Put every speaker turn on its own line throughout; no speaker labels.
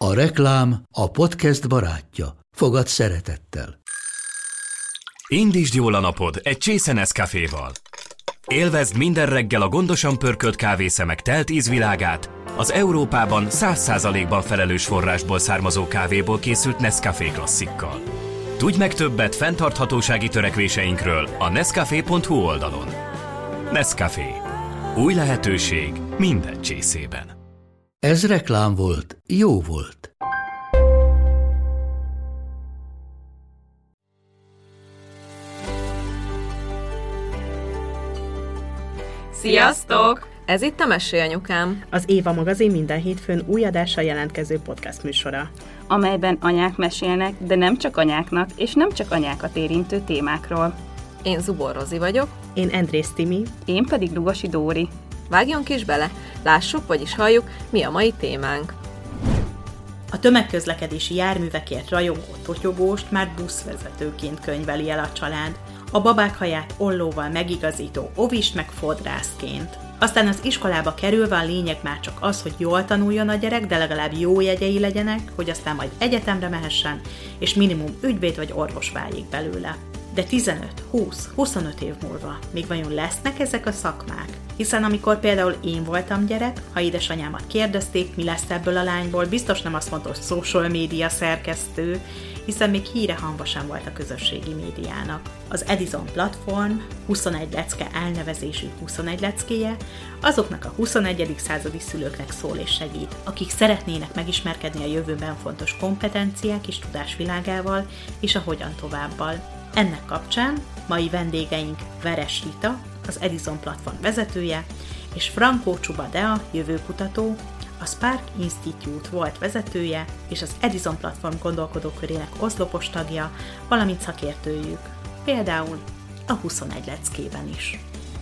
A reklám a podcast barátja. Fogad szeretettel.
Indítsd jól a napod egy csésze Nescaféval. Élvezd minden reggel a gondosan pörkölt kávészemek telt ízvilágát, az Európában 100%-ban felelős forrásból származó kávéból készült Nescafé klasszikkal. Tudj meg többet fenntarthatósági törekvéseinkről a nescafé.hu oldalon. Nescafé. Új lehetőség minden csészében.
Ez reklám volt, jó volt.
Sziasztok! Ez itt a Mesélyanyukám.
Az Éva magazin minden hétfőn új adással jelentkező podcast műsora,
amelyben anyák mesélnek, de nem csak anyáknak, és nem csak anyákat érintő témákról.
Én Zubor Rozi vagyok.
Én Endrész Timi.
Én pedig Lugosi Dóri.
Vágjunk is bele, lássuk, vagyis halljuk, mi a mai témánk.
A tömegközlekedési járművekért rajongó totyogóst már buszvezetőként könyveli el a család, a babák haját ollóval megigazító ovist meg fodrászként. Aztán az iskolába kerülve a lényeg már csak az, hogy jól tanuljon a gyerek, de legalább jó jegyei legyenek, hogy aztán majd egyetemre mehessen, és minimum ügyvéd vagy orvos váljék belőle. De 15, 20, 25 év múlva még vajon lesznek ezek a szakmák? Hiszen amikor például én voltam gyerek, ha édesanyámat kérdezték, mi lesz ebből a lányból, biztos nem azt mondta, hogy social media szerkesztő, hiszen még híre-hamba sem volt a közösségi médiának. Az Edison platform 21 lecke elnevezésű 21 leckéje azoknak a 21. századi szülőknek szól és segít, akik szeretnének megismerkedni a jövőben fontos kompetenciák és tudásvilágával, és a hogyan továbbal. Ennek kapcsán mai vendégeink Veres Rita, az Edison platform vezetője, és Franco Csubadea, jövőkutató, a Spark Institute volt vezetője, és az Edison platform gondolkodókörének oszlopos tagja, valamint szakértőjük, például a 21 leckében is.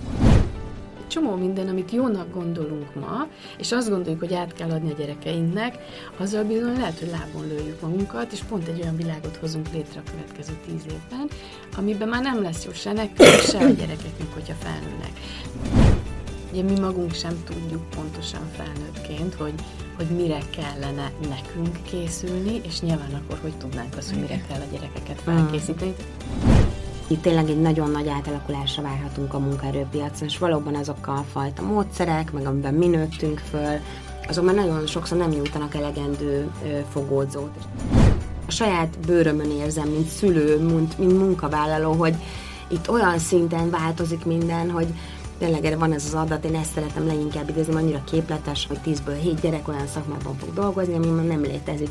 Csomó minden, amit jónak gondolunk ma, és azt gondoljuk, hogy át kell adni a gyerekeinknek, azzal bizony lehet, hogy lábon lőjük magunkat, és pont egy olyan világot hozunk létre a következő 10 évben, amiben már nem lesz jó se nekünk, se a gyerekeknek, hogyha felnőnek. Ugye mi magunk sem tudjuk pontosan felnőttként, hogy mire kellene nekünk készülni, és nyilván akkor hogy tudnánk azt, hogy mire kell a gyerekeket felkészíteni.
Itt tényleg egy nagyon nagy átalakulásra várhatunk a munkaerőpiacon, és valóban azok a fajta módszerek, meg amiben mi nőttünk föl, azok már nagyon sokszor nem nyújtanak elegendő fogódzót. A saját bőrömön érzem, mint szülő, mint munkavállaló, hogy itt olyan szinten változik minden, hogy tényleg erre van ez az adat, én ezt szeretem leginkább idézni, annyira képletes, hogy 10-ből 7 gyerek olyan szakmában fog dolgozni, ami már nem létezik.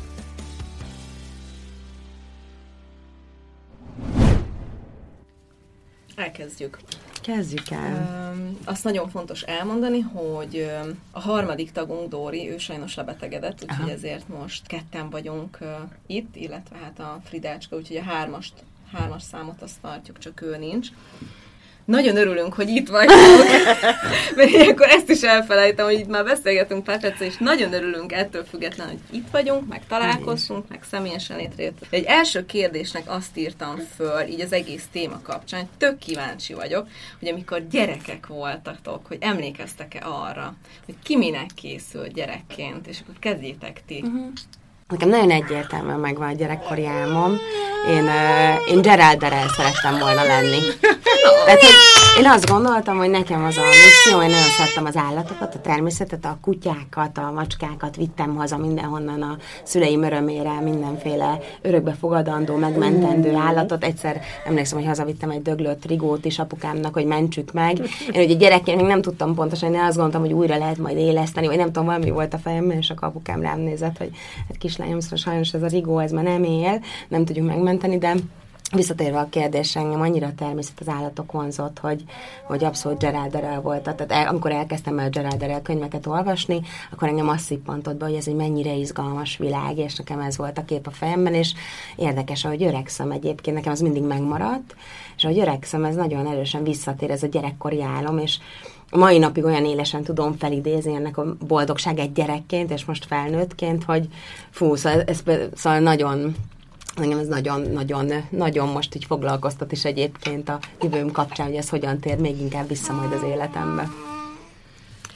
Elkezdjük.
Kezdjük el.
Azt nagyon fontos elmondani, hogy a harmadik tagunk, Dóri, ő sajnos lebetegedett, úgyhogy ezért most ketten vagyunk itt, illetve hát a Fridácska, úgyhogy a hármas számot azt tartjuk, csak ő nincs. Nagyon örülünk, hogy itt vagyunk, mert ilyenkor ezt is elfelejtem, hogy itt már beszélgetünk pár percet, és nagyon örülünk ettől függetlenül, hogy itt vagyunk, meg találkoztunk, meg személyesen létrejött. Egy első kérdésnek azt írtam föl, így az egész téma kapcsán, hogy tök kíváncsi vagyok, hogy amikor gyerekek voltatok, hogy emlékeztek-e arra, hogy ki minek készül gyerekként, és akkor kezdjétek ti.
Nekem nagyon egyértelműen megvan a gyerekkori álmom. Én Gerald Darrell szerettem volna lenni. Tehát, én azt gondoltam, hogy nekem az a misszió, én nagyon szerettem az állatokat, a természetet, a kutyákat, a macskákat vittem haza mindenhonnan a szüleim örömére, mindenféle örökbefogadandó, megmentendő állatot. Egyszer emlékszem, hogy hazavittem egy döglött rigót is apukámnak, hogy mentsük meg. Én ugye gyerekként még nem tudtam pontosan, én azt gondoltam, hogy újra lehet majd éleszteni, vagy nem tudom, valami volt a fejemben, és akkor apukám rám nézett, hogy hát kislányom, sajnos ez a rigó, ez már nem él, nem tudjuk megmenteni, de visszatérve a kérdésre, engem annyira a természet az állatok vonzott, hogy abszolút Gerald Darrell volt. Tehát amikor elkezdtem el Gerald Darrell könyveket olvasni, akkor engem azt szippantott be, hogy ez egy mennyire izgalmas világ, és nekem ez volt a kép a fejemben, és érdekes, ahogy öregszem egyébként, nekem az mindig megmaradt, és ahogy öregszem, ez nagyon erősen visszatér, ez a gyerekkori álom, és mai napig olyan élesen tudom felidézni ennek a boldogságát gyerekként, és most felnőttként, hogy szóval nagyon, engem ez nagyon most így foglalkoztat is egyébként a jövőm kapcsán, hogy ez hogyan tér még inkább vissza majd az életembe.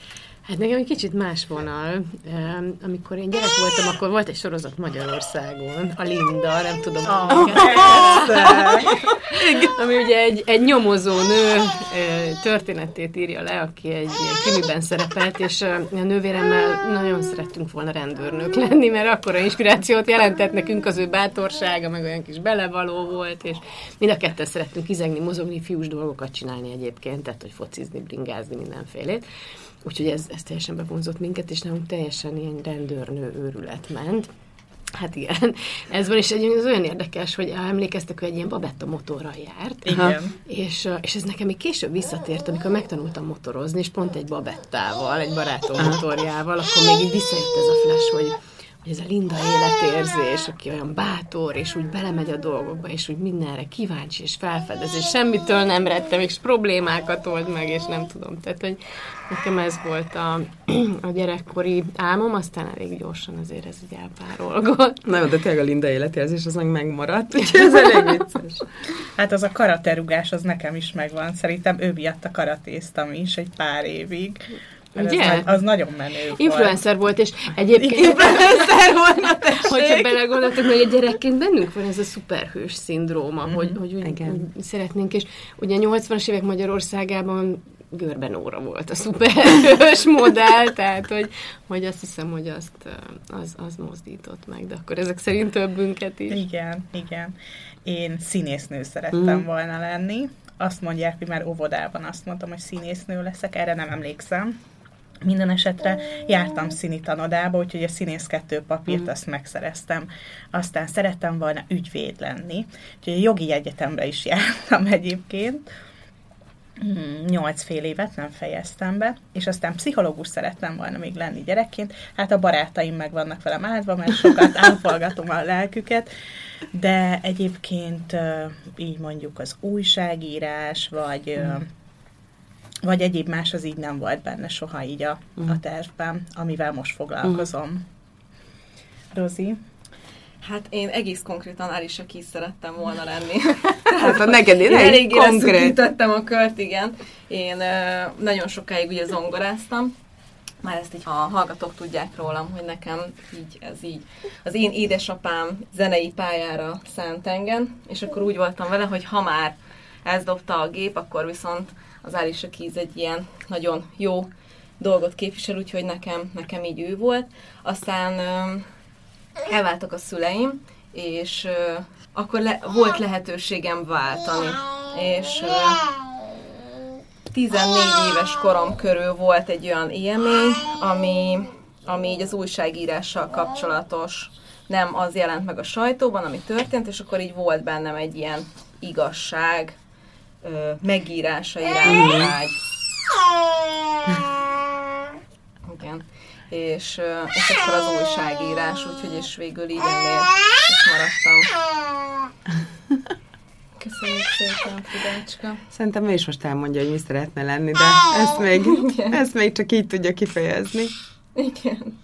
Hát nekem egy kicsit más vonal. Amikor én gyerek voltam, akkor volt egy sorozat Magyarországon, a Linda, nem tudom. Ami ugye egy nyomozó nő történetét írja le, aki egy krimiben szerepelt, és a nővéremmel nagyon szerettünk volna rendőrnők lenni, mert akkora inspirációt jelentett nekünk az ő bátorsága, meg olyan kis belevaló volt, és mind a ketten szerettünk izegni, mozogni, fiús dolgokat csinálni egyébként, tehát hogy focizni, bringázni, mindenfélét. Úgyhogy ez teljesen bevonzott minket, és nálunk teljesen ilyen rendőrnő őrület ment. Hát igen, ez van, és ez olyan érdekes, hogy emlékeztek, hogy egy ilyen babetta motorral járt.
Igen.
És ez nekem még később visszatért, amikor megtanultam motorozni, és pont egy babettával, egy barátom motorjával, akkor még így visszajött ez a flash, hogy ez a Linda életérzés, aki olyan bátor, és úgy belemegy a dolgokba, és úgy mindenre kíváncsi, és felfedez, és semmitől nem rettem, és problémákat old meg, és nem tudom. Tehát, hogy nekem ez volt a gyerekkori álmom, aztán elég gyorsan azért ez így elpárolgott.
Na jó, de tényleg a Linda életérzés az meg megmaradt, úgyhogy ez elég vicces.
Hát az a karaterugás, az nekem is megvan. Szerintem ő miatt a karatéztam is egy pár évig.
Ugye?
Az nagyon menő volt.
Influencer volt, és egyébként... Influencer volt, hogyha belegondoltok, hogy egy gyerekként bennünk van ez a szuperhős szindróma, hogy úgy szeretnénk, és ugye 80-as évek Magyarországában Görbe Nóra volt a szuperhős modell, tehát hogy azt hiszem, hogy az mozdított meg, de akkor ezek szerint többünket is.
Igen. Én színésznő szerettem volna lenni. Azt mondják, hogy már óvodában azt mondtam, hogy színésznő leszek, erre nem emlékszem. Minden esetre jártam színitanodába, úgyhogy a színész 2 papírt azt megszereztem. Aztán szerettem volna ügyvéd lenni, úgyhogy a jogi egyetemre is jártam egyébként. 8 fél évet nem fejeztem be, és aztán pszichológus szerettem volna még lenni gyerekként. Hát a barátaim meg vannak velem áldva, mert sokat ápolgatom a lelküket, de egyébként így mondjuk az újságírás, vagy egyéb más, az így nem volt benne soha így a tervben, amivel most foglalkozom. Rozi?
Hát én egész konkrétan Alicia Keys szerettem volna lenni.
Hát neked én
eléggé leszűkítettem a kört, igen. Én nagyon sokáig ugye zongoráztam. Már ezt így a hallgatók tudják rólam, hogy nekem így az én édesapám zenei pályára szánt engem, és akkor úgy voltam vele, hogy ha már ezt dobta a gép, akkor viszont az Alicia Keys egy ilyen nagyon jó dolgot képvisel, úgyhogy nekem így ő volt. Aztán elváltak a szüleim, és akkor volt lehetőségem váltani. És 14 éves korom körül volt egy olyan élmény, ami így az újságírással kapcsolatos, nem az jelent meg a sajtóban, ami történt, és akkor így volt bennem egy ilyen igazság, megírása iránti vágy. Igen. És akkor az újságírás, úgyhogy és végül így ennél is maradtam. Köszönjük szépen, Fidácska.
Szerintem ő is most elmondja, hogy mi szeretne lenni, de ezt még csak így tudja kifejezni.
Igen.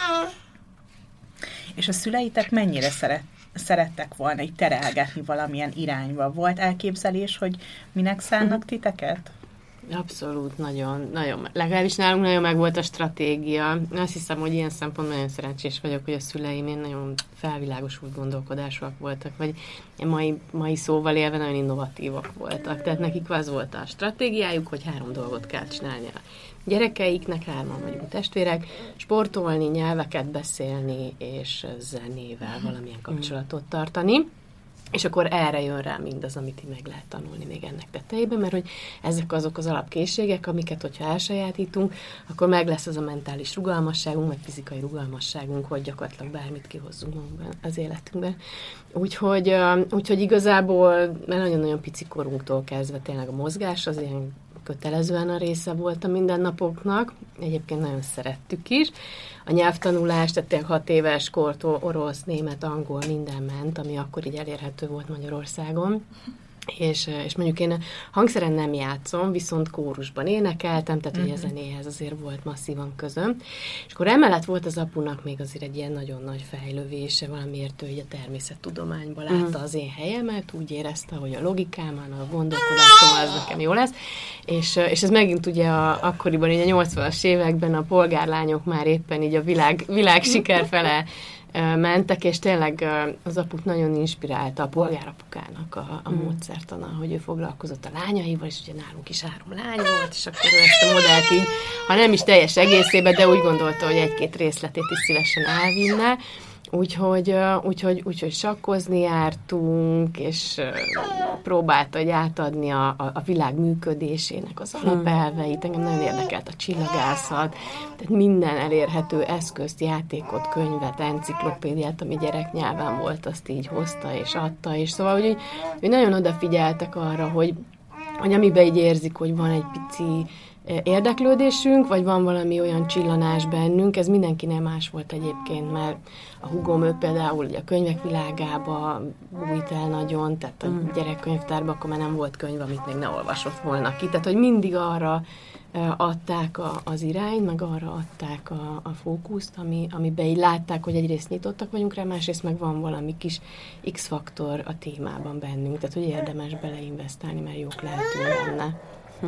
És a szüleitek mennyire szerettek volna így terelgetni valamilyen irányba? Volt elképzelés, hogy minek szánnak titeket?
Abszolút, nagyon, legalábbis nálunk nagyon meg volt a stratégia. Azt hiszem, hogy ilyen szempontból nagyon szerencsés vagyok, hogy a szüleim én nagyon felvilágosult gondolkodásúak voltak, vagy mai szóval élve nagyon innovatívak voltak. Tehát nekik az volt a stratégiájuk, hogy 3 dolgot kell csinálni a gyerekeiknek, 3-an vagyunk testvérek, sportolni, nyelveket beszélni, és zenével valamilyen kapcsolatot tartani. És akkor erre jön rá mindaz, amit meg lehet tanulni még ennek tetejében, mert hogy ezek azok az alapkészségek, amiket, hogyha elsajátítunk, akkor meg lesz az a mentális rugalmasságunk, meg fizikai rugalmasságunk, hogy gyakorlatilag bármit kihozzunk magunkban az életünkben. Úgyhogy igazából, mert nagyon-nagyon pici korunktól kezdve tényleg a mozgás az ilyen kötelezően a része volt a mindennapoknak, egyébként nagyon szerettük is. A nyelvtanulás, tehát tényleg 6 éves kortól orosz, német, angol, minden ment, ami akkor így elérhető volt Magyarországon. és mondjuk én hangszeren nem játszom, viszont kórusban énekeltem, tehát ugye a zenéhez azért volt masszívan közöm. És akkor emellett volt az apunak még azért egy ilyen nagyon nagy fejlövése, valamiért ő így a természettudományban látta az én helyemet, úgy érezte, hogy a logikában, a gondolkodásom az nekem jó lesz, és ez megint ugye akkoriban, így a 80-as években a polgárlányok már éppen így a világ siker fele mentek, és tényleg az aput nagyon inspirálta a polgárapukának a módszertana, hogy ő foglalkozott a lányaival, és ugye nálunk is 3 lány volt, és akkor ő ezt a modellt így, ha nem is teljes egészében, de úgy gondolta, hogy 1-2 részletét is szívesen elvinne. Úgyhogy sakkozni jártunk, és próbálta, hogy átadni a világ működésének az alapelveit. Engem nagyon érdekelt a csillagászat, tehát minden elérhető eszközt, játékot, könyvet, enciklopédiát, ami gyereknyelven volt, azt így hozta és adta, és szóval, hogy nagyon odafigyeltek arra, hogy amiben így érzik, hogy van egy pici érdeklődésünk, vagy van valami olyan csillanás bennünk, ez mindenkinek más volt egyébként, mert a húgom ő például ugye a könyvek világába bújt el nagyon, tehát a gyerekkönyvtárban akkor már nem volt könyv, amit még ne olvasott volna ki, tehát hogy mindig arra adták az irányt, meg arra adták a fókuszt, amiben így látták, hogy egyrészt nyitottak vagyunk rá, másrészt meg van valami kis X-faktor a témában bennünk, tehát hogy érdemes beleinvestálni, mert jók lehetünk benne.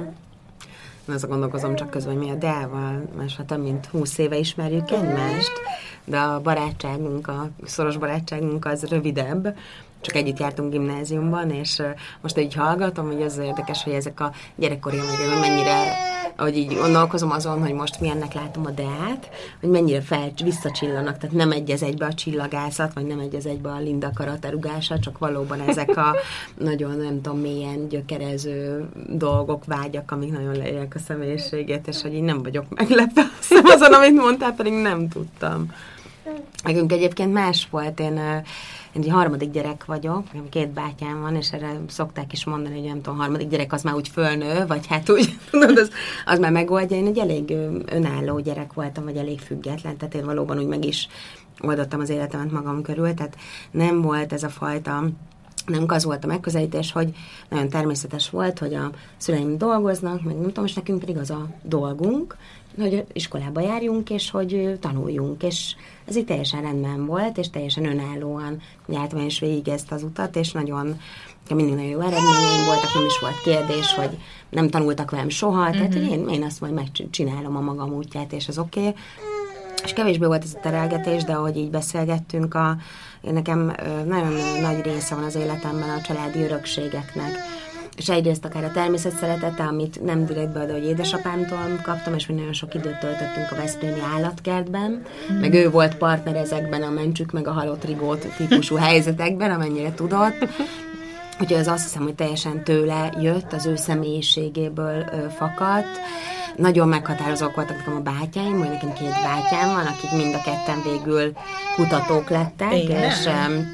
Azon gondolkozom csak közben, hogy mi a Deával, mert ha több mint 20 éve ismerjük egymást, de a barátságunk, a szoros barátságunk az rövidebb, csak együtt jártunk gimnáziumban, és most így hallgatom, hogy az érdekes, hogy ezek a gyerekkori emlékek, mennyire, ahogy így gondolkozom azon, hogy most milyennek látom a Deát, hogy mennyire visszacsillanak, tehát nem egyez egybe a csillagászat, vagy nem egyez egybe a Linda karaterúgása, csak valóban ezek a nagyon, nem tudom, mélyen gyökerező dolgok, vágyak, amik nagyon leírják a személyiségét, és hogy így nem vagyok meglepve azon, amit mondtál, pedig nem tudtam. Nekünk egyébként más volt, én egy 3. gyerek vagyok, 2 bátyám van, és erre szokták is mondani, hogy nem tudom, 3. gyerek az már úgy fölnő, vagy hát úgy, az már megoldja. Én egy elég önálló gyerek voltam, vagy elég független, tehát én valóban úgy meg is oldottam az életemet magam körül, tehát nem volt ez a fajta, nem az volt a megközelítés, hogy nagyon természetes volt, hogy a szüleim dolgoznak, meg nem tudom, és nekünk pedig az a dolgunk, hogy iskolába járjunk, és hogy tanuljunk, és ez így teljesen rendben volt, és teljesen önállóan jártam és végig ezt az utat, és mindig nagyon jó eredményeim voltak, nem is volt kérdés, hogy nem tanultak velem soha, tehát hogy én azt majd megcsinálom a magam útját, és az oké. És kevésbé volt ez a terelgetés, de ahogy így beszélgettünk, nekem nagyon nagy része van az életemben a családi örökségeknek. És egyrészt akár a természet szeretete, amit nem direktből, de hogy édesapámtól kaptam, és mi nagyon sok időt töltöttünk a veszprémi állatkertben, meg ő volt partner ezekben a mentsük meg a halott rigót típusú helyzetekben, amennyire tudott. Úgyhogy az azt hiszem, hogy teljesen tőle jött, az ő személyiségéből fakadt. Nagyon meghatározók voltak nekem a bátyáim, hogy nekem 2 bátyám van, akik mind a ketten végül kutatók lettek, és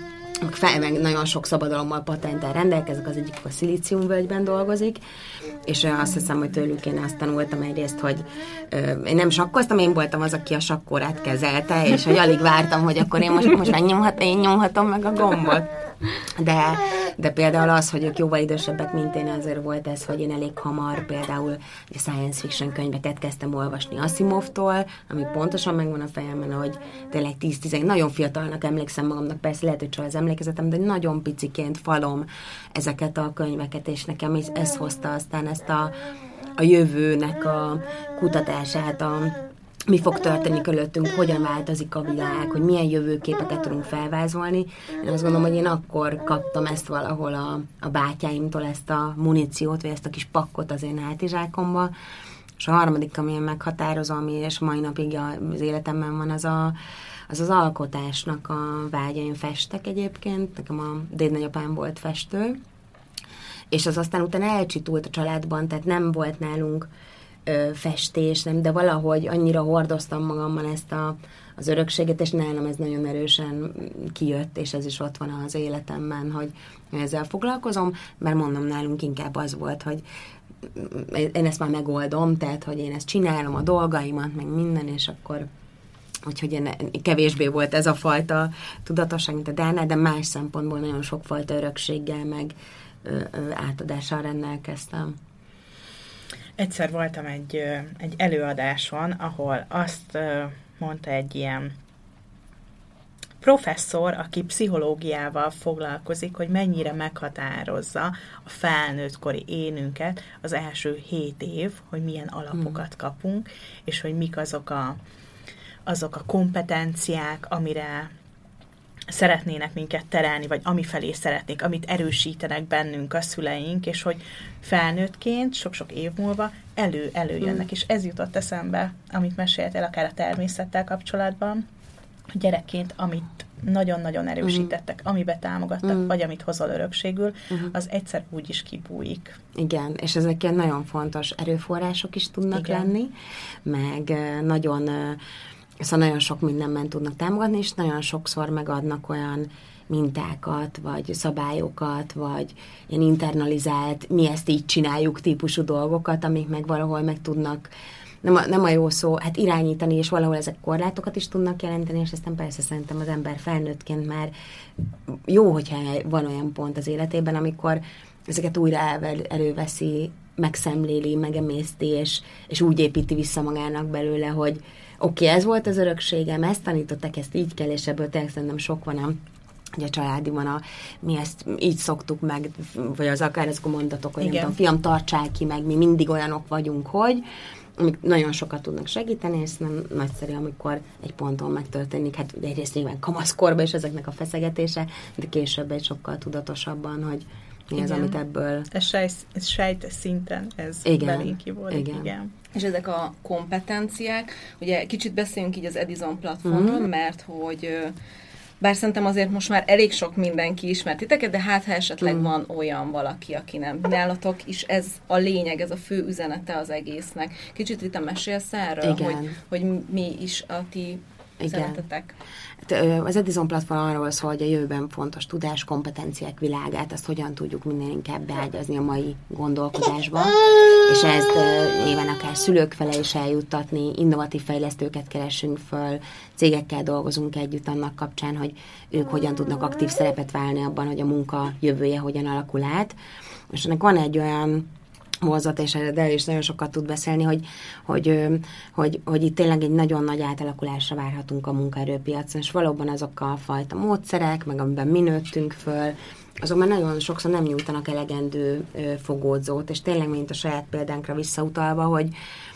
meg nagyon sok szabadalommal, patenttel rendelkeznek, az egyik a Szilíciumvölgyben dolgozik, és azt hiszem, hogy tőlük én azt tanultam egyrészt, hogy én nem sakkoztam, én voltam az, aki a sakkórát kezelte, és hogy alig vártam, hogy akkor én most én nyomhatom meg a gombot. De például az, hogy ők jóval idősebbek, mint én, azért volt ez, hogy én elég hamar például a science fiction könyveket kezdtem olvasni Asimovtól, ami pontosan megvan a fejemben, hogy tényleg 10-10, nagyon fiatalnak emlékszem magamnak, persze lehet, hogy csak az emlékezetem, de nagyon piciként falom ezeket a könyveket, és nekem ez hozta aztán ezt a jövőnek a kutatását, mi fog történni körülöttünk, hogyan változik a világ, hogy milyen jövőképeket tudunk felvázolni. Én azt gondolom, hogy én akkor kaptam ezt valahol a bátyáimtól, ezt a muníciót, vagy ezt a kis pakkot az én hátizsákomba. És a harmadik, ami meghatározó, ami és mai napig az életemben van, az alkotásnak a vágya. Én festek egyébként, nekem a dédnagyapám volt festő, és az aztán utána elcsitult a családban, tehát nem volt nálunk festés, nem, de valahogy annyira hordoztam magammal ezt az örökséget, és nálam ez nagyon erősen kijött, és ez is ott van az életemben, hogy ezzel foglalkozom, mert mondom, nálunk inkább az volt, hogy én ezt már megoldom, tehát, hogy én ezt csinálom, a dolgaimat, meg minden, és akkor úgyhogy kevésbé volt ez a fajta tudatosság, mint a Dánál, de más szempontból nagyon sokfajta örökséggel, meg átadással rendelkeztem.
Egyszer voltam egy előadáson, ahol azt mondta egy ilyen professzor, aki pszichológiával foglalkozik, hogy mennyire meghatározza a felnőttkori énünket az első 7 év, hogy milyen alapokat kapunk, és hogy mik azok a kompetenciák, amire szeretnének minket terelni, vagy amifelé szeretnék, amit erősítenek bennünk a szüleink, és hogy felnőttként sok-sok év múlva előjönnek. És ez jutott eszembe, amit meséltél akár a természettel kapcsolatban, hogy gyerekként, amit nagyon-nagyon erősítettek, amibe támogattak, vagy amit hozol örökségül, az egyszer úgy is kibújik.
Igen, és ezek ilyen nagyon fontos erőforrások is tudnak lenni, meg nagyon sok mindenben tudnak támogatni, és nagyon sokszor megadnak olyan mintákat, vagy szabályokat, vagy ilyen internalizált, mi ezt így csináljuk típusú dolgokat, amik meg valahol meg tudnak, nem a jó szó, hát irányítani, és valahol ezek korlátokat is tudnak jelenteni, és aztán persze szerintem az ember felnőttként már jó, hogyha van olyan pont az életében, amikor ezeket újra előveszi, megszemléli, megemészti, és úgy építi vissza magának belőle, hogy oké, ez volt az örökségem, ezt tanítottak, ezt így kell, és ebből tényleg szerintem sok van, hogy a családiban mi ezt így szoktuk meg, vagy az akár azok a mondatok, hogy nem tudom, fiam, tartsál ki, meg mi mindig olyanok vagyunk, hogy amik nagyon sokat tudnak segíteni, és nem nagyszerű, amikor egy ponton megtörténik, hát ugye egyrészt nyilván kamaszkorban is ezeknek a feszegetése, de később egy sokkal tudatosabban, hogy mi az, amit ebből...
Ez sejt szinten, ez belénk kivódik, igen.
És ezek a kompetenciák, ugye kicsit beszéljünk így az Edison platformról, mert hogy bár szerintem azért most már elég sok mindenki ismert titeket, de hát ha esetleg van olyan valaki, aki nem. Nálatok is ez a lényeg, ez a fő üzenete az egésznek. Kicsit Rita, mesélsz erről, hogy mi is a ti üzenetetek?
Az Edison platform arról szól, hogy a jövőben fontos tudás, kompetenciák világát, azt hogyan tudjuk minél inkább beágyazni a mai gondolkodásba, és ezt nyilván akár szülők fele is eljuttatni, innovatív fejlesztőket keresünk föl, cégekkel dolgozunk együtt annak kapcsán, hogy ők hogyan tudnak aktív szerepet válni abban, hogy a munka jövője hogyan alakul át. És ennek van egy olyan mozzat, és erről is nagyon sokat tud beszélni, hogy itt tényleg egy nagyon nagy átalakulásra várhatunk a munkaerőpiacon, és valóban azok a fajta módszerek, meg amiben mi nőttünk föl, azok már nagyon sokszor nem nyújtanak elegendő fogódzót, és tényleg, mint a saját példánkra visszautalva, hogy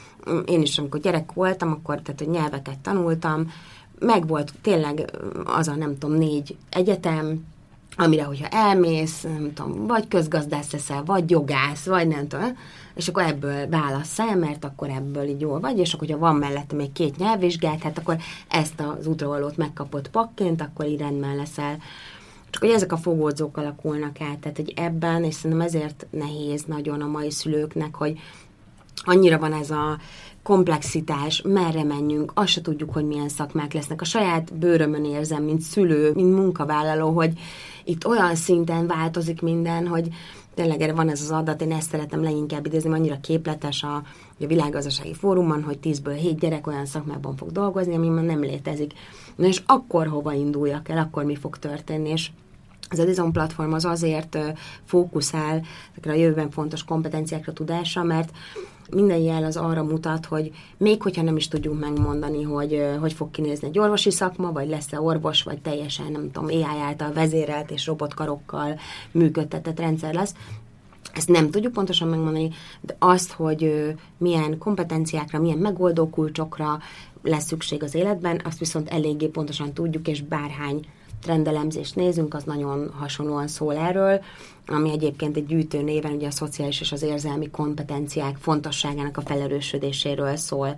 én is, amikor gyerek voltam, akkor tehát, hogy nyelveket tanultam, meg volt tényleg az a, nem tudom, 4 egyetem, amire, hogyha elmész, nem tudom, vagy közgazdász leszel, vagy jogász, vagy nem tudom, és akkor ebből válasszál, mert akkor ebből így jól vagy, és akkor, hogyha van mellette még 2 nyelvvizsgát, hát akkor ezt az útravalót megkapott pakként, akkor így rendben leszel. Csak hogy ezek a fogódzók alakulnak át, tehát hogy ebben, és szerintem ezért nehéz nagyon a mai szülőknek, hogy annyira van ez a komplexitás, merre menjünk, azt se tudjuk, hogy milyen szakmák lesznek. A saját bőrömön érzem, mint szülő, mint munkavállaló, hogy itt olyan szinten változik minden, hogy tényleg erre van ez az adat, én ezt szeretem leginkább idézni, annyira képletes a Világgazdasági Fórumon, hogy 10-ből 7 gyerek olyan szakmában fog dolgozni, ami már nem létezik. Na és akkor hova induljak el, akkor mi fog történni, és az Edison platform az azért fókuszál ezekre a jövőben fontos kompetenciákra, tudásra, mert minden jel az arra mutat, hogy még hogyha nem is tudjuk megmondani, hogy fog kinézni egy orvosi szakma, vagy lesz-e orvos, vagy teljesen, nem tudom, AI által vezérelt és robotkarokkal működtetett rendszer lesz, ezt nem tudjuk pontosan megmondani, de azt, hogy milyen kompetenciákra, milyen megoldó kulcsokra lesz szükség az életben, azt viszont eléggé pontosan tudjuk, és bárhány trendelemzést nézünk, az nagyon hasonlóan szól erről, ami egyébként egy gyűjtő néven ugye a szociális és az érzelmi kompetenciák fontosságának a felerősödéséről szól.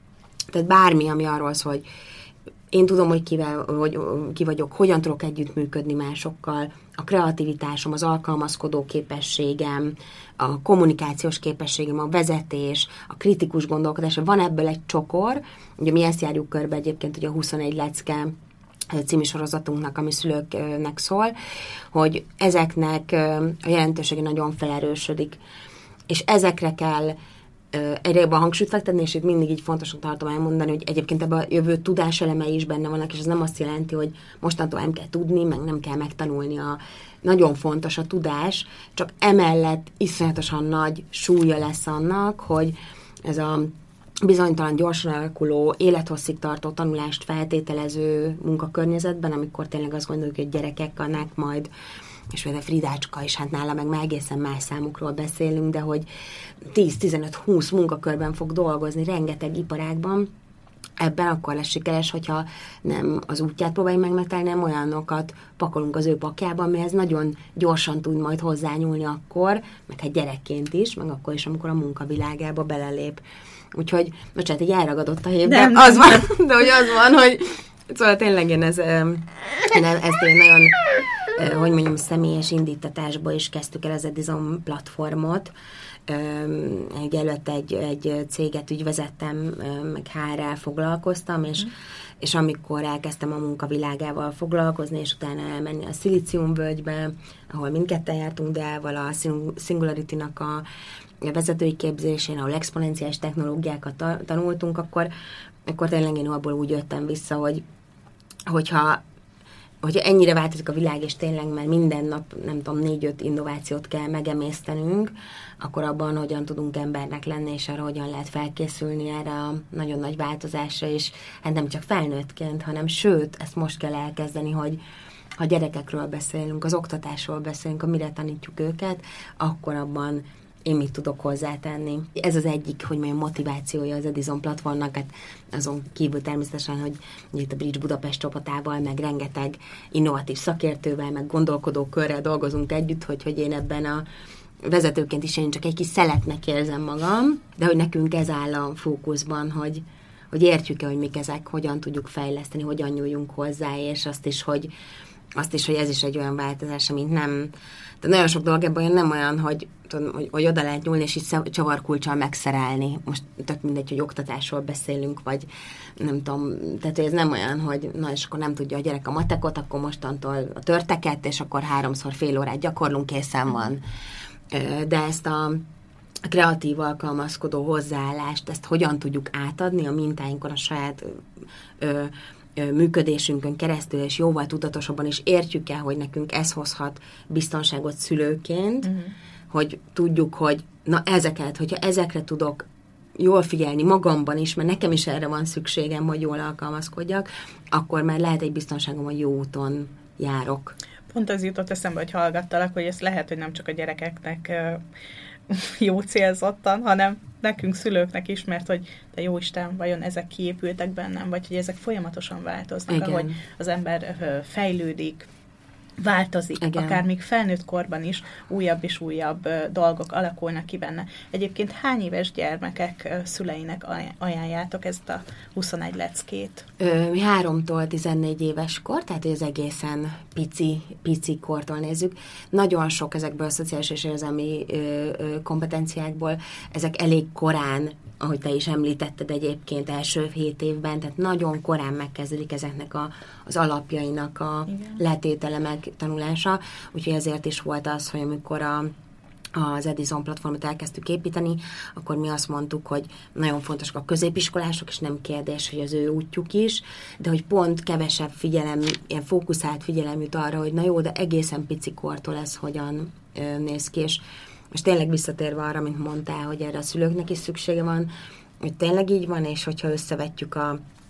Tehát bármi, ami arról szól, hogy én tudom, hogy ki vagyok, hogyan tudok együttműködni másokkal, a kreativitásom, az alkalmazkodó képességem, a kommunikációs képességem, a vezetés, a kritikus gondolkodás, van ebből egy csokor, ugye mi ezt járjuk körbe egyébként, hogy a 21 lecke című sorozatunknak, ami szülőknek szól, hogy ezeknek a jelentősége nagyon felerősödik, és ezekre kell egyre jobban hangsúlyt fektetni, és itt mindig így fontosnak tartom elmondani, hogy egyébként ebben a jövő tudáselemei is benne vannak, és ez nem azt jelenti, hogy mostantól nem kell tudni, meg nem kell megtanulni nagyon fontos a tudás, csak emellett iszonyatosan nagy súlya lesz annak, hogy ez a bizonytalan, gyorsan alakuló, élethosszig tartó tanulást feltételező munkakörnyezetben, amikor tényleg azt gondoljuk, hogy gyerekek annak majd, és például Fridácska is, hát nála meg egészen más számokról beszélünk, de hogy 10-15-20 munkakörben fog dolgozni, rengeteg iparágban, ebben akkor lesz sikeres, hogyha nem az útját próbáljuk megtalálni, nem olyanokat pakolunk az ő pakjába, amihez nagyon gyorsan tud majd hozzányúlni akkor, meg hát gyerekként is, meg akkor is, amikor a munkavilágába belelép. Úgyhogy, bocsánat, így elragadott a hív, de az van, hogy szóval tényleg én ezt én nagyon, hogy mondjam, személyes indítatásból is kezdtük el az Edison platformot. Előtte egy céget ügyvezettem, meg HR-rel foglalkoztam, és amikor elkezdtem a munkavilágával foglalkozni, és utána elmenni a Szilíciumvölgybe, ahol mindketten jártunk Deával a Singularity-nak a vezetői képzésén, ahol exponenciális technológiákat tanultunk, akkor tényleg én abból úgy jöttem vissza, hogyha ennyire változik a világ, és tényleg már minden nap, nem tudom, 4-5 innovációt kell megemésztenünk, akkor abban hogyan tudunk embernek lenni, és arra hogyan lehet felkészülni erre a nagyon nagy változásra, és hát nem csak felnőttként, hanem sőt, ezt most kell elkezdeni, hogy ha gyerekekről beszélünk, az oktatásról beszélünk, amire tanítjuk őket, akkor abban én mit tudok hozzátenni. Ez az egyik, hogy milyen motivációja az Edison platformnak, hát azon kívül természetesen, hogy itt a Bridge Budapest csapatával, meg rengeteg innovatív szakértővel, meg gondolkodó körrel dolgozunk együtt, hogy én ebben a vezetőként is én csak egy kis szeletnek érzem magam, de hogy nekünk ez áll a fókuszban, hogy értjük-e, hogy mik ezek, hogyan tudjuk fejleszteni, hogyan nyúljunk hozzá, és azt is, hogy ez is egy olyan változás, amit nem... De nagyon sok dolog ebben nem olyan, hogy oda lehet nyúlni, és így csavarkulccsal megszerelni. Most tök mindegy, hogy oktatásról beszélünk, vagy nem tudom, tehát ez nem olyan, hogy na, és akkor nem tudja a gyerek a matekot, akkor mostantól a törteket, és akkor 3-szor fél órát gyakorlunk, készen van. De ezt a kreatív alkalmazkodó hozzáállást, ezt hogyan tudjuk átadni a mintáinkon, a saját működésünkön keresztül, és jóval tudatosabban is értjük el, hogy nekünk ez hozhat biztonságot szülőként, hogy tudjuk, hogy na ezeket, hogyha ezekre tudok jól figyelni magamban is, mert nekem is erre van szükségem, hogy jól alkalmazkodjak, akkor már lehet egy biztonságom, hogy jó úton járok.
Pont az jutott eszembe, hogy hallgattalak, hogy ez lehet, hogy nem csak a gyerekeknek jó célzottan, hanem nekünk szülőknek is, mert hogy de jóisten, vajon ezek kiépültek bennem, vagy hogy ezek folyamatosan változnak, igen, ahogy az ember fejlődik, változik, igen, akár még felnőtt korban is újabb és újabb dolgok alakulnak ki benne. Egyébként hány éves gyermekek szüleinek ajánljátok ezt a 21 leckét?
3-tól 14 éves kor, tehát ez egészen pici kortól nézzük. Nagyon sok ezekből a szociális és érzelmi kompetenciákból, ezek elég korán, ahogy te is említetted egyébként, első 7 évben, tehát nagyon korán megkezdődik ezeknek az alapjainak a letétele megtanulása, úgyhogy ezért is volt az, hogy amikor az Edison platformot elkezdtük építeni, akkor mi azt mondtuk, hogy nagyon fontosak a középiskolások, és nem kérdés, hogy az ő útjuk is, de hogy pont kevesebb figyelem, ilyen fókuszált figyelem jut arra, hogy na jó, de egészen pici kortól ez hogyan néz ki, és most tényleg visszatérve arra, mint mondtál, hogy erre a szülőknek is szüksége van, hogy tényleg így van, és hogyha összevetjük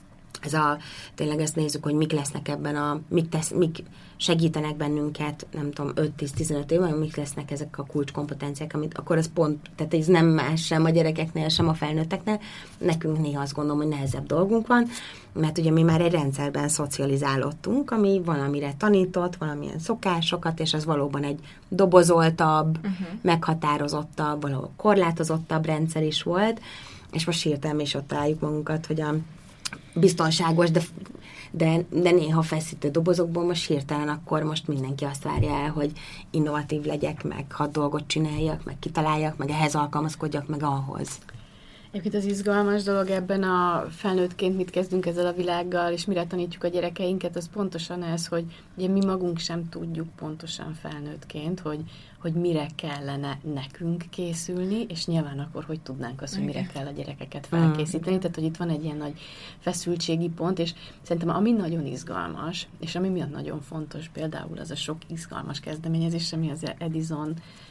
tényleg ezt nézzük, hogy mik lesznek ebben mik segítenek bennünket, nem tudom, 5-10-15 évben, mik lesznek ezek a kulcskompetenciák, amit akkor ez pont, tehát ez nem más sem a gyerekeknél, sem a felnőtteknél, nekünk néha azt gondolom, hogy nehezebb dolgunk van, mert ugye mi már egy rendszerben szocializálódtunk, ami valamire tanított, valamilyen szokásokat, és ez valóban egy dobozoltabb, meghatározottabb, valahol korlátozottabb rendszer is volt, és most hirtelen is ott álljuk magunkat, hogy a biztonságos, de néha feszítő dobozokból most hirtelen akkor most mindenki azt várja el, hogy innovatív legyek, meg 6 dolgot csináljak, meg kitaláljak, meg ehhez alkalmazkodjak, meg ahhoz.
Egyébként az izgalmas dolog ebben a felnőttként mit kezdünk ezzel a világgal, és mire tanítjuk a gyerekeinket, az pontosan ez, hogy ugye mi magunk sem tudjuk pontosan felnőttként, hogy mire kellene nekünk készülni, és nyilván akkor, hogy tudnánk azt, hogy mire kell a gyerekeket felkészíteni. Tehát, hogy itt van egy ilyen nagy feszültségi pont, és szerintem ami nagyon izgalmas, és ami miatt nagyon fontos például az a sok izgalmas kezdeményezés, ami az Edison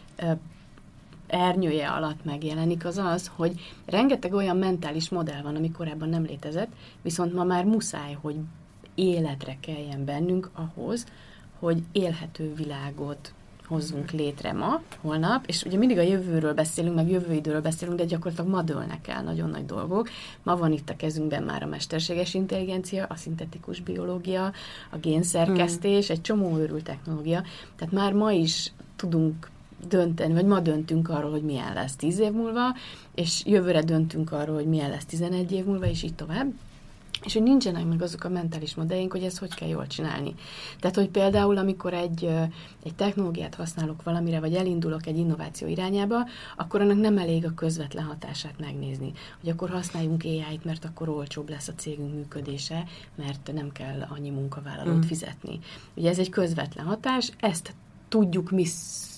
ernyője alatt megjelenik, az az, hogy rengeteg olyan mentális modell van, ami korábban nem létezett, viszont ma már muszáj, hogy életre keljen bennünk ahhoz, hogy élhető világot hozzunk létre ma, holnap, és ugye mindig a jövőről beszélünk, meg jövőidőről beszélünk, de gyakorlatilag ma dőlnek el nagyon nagy dolgok. Ma van itt a kezünkben már a mesterséges intelligencia, a szintetikus biológia, a génszerkesztés, egy csomó őrült technológia, tehát már ma is tudunk dönteni, vagy ma döntünk arról, hogy milyen lesz 10 év múlva, és jövőre döntünk arról, hogy milyen lesz 11 év múlva, és így tovább. És hogy nincsenek meg azok a mentális modelljink, hogy ezt hogy kell jól csinálni. Tehát, hogy például, amikor egy technológiát használok valamire, vagy elindulok egy innováció irányába, akkor annak nem elég a közvetlen hatását megnézni. Hogy akkor használjunk AI-t, mert akkor olcsóbb lesz a cégünk működése, mert nem kell annyi munkavállalót fizetni. Ugye ez egy közvetlen hatás, ezt tudjuk mi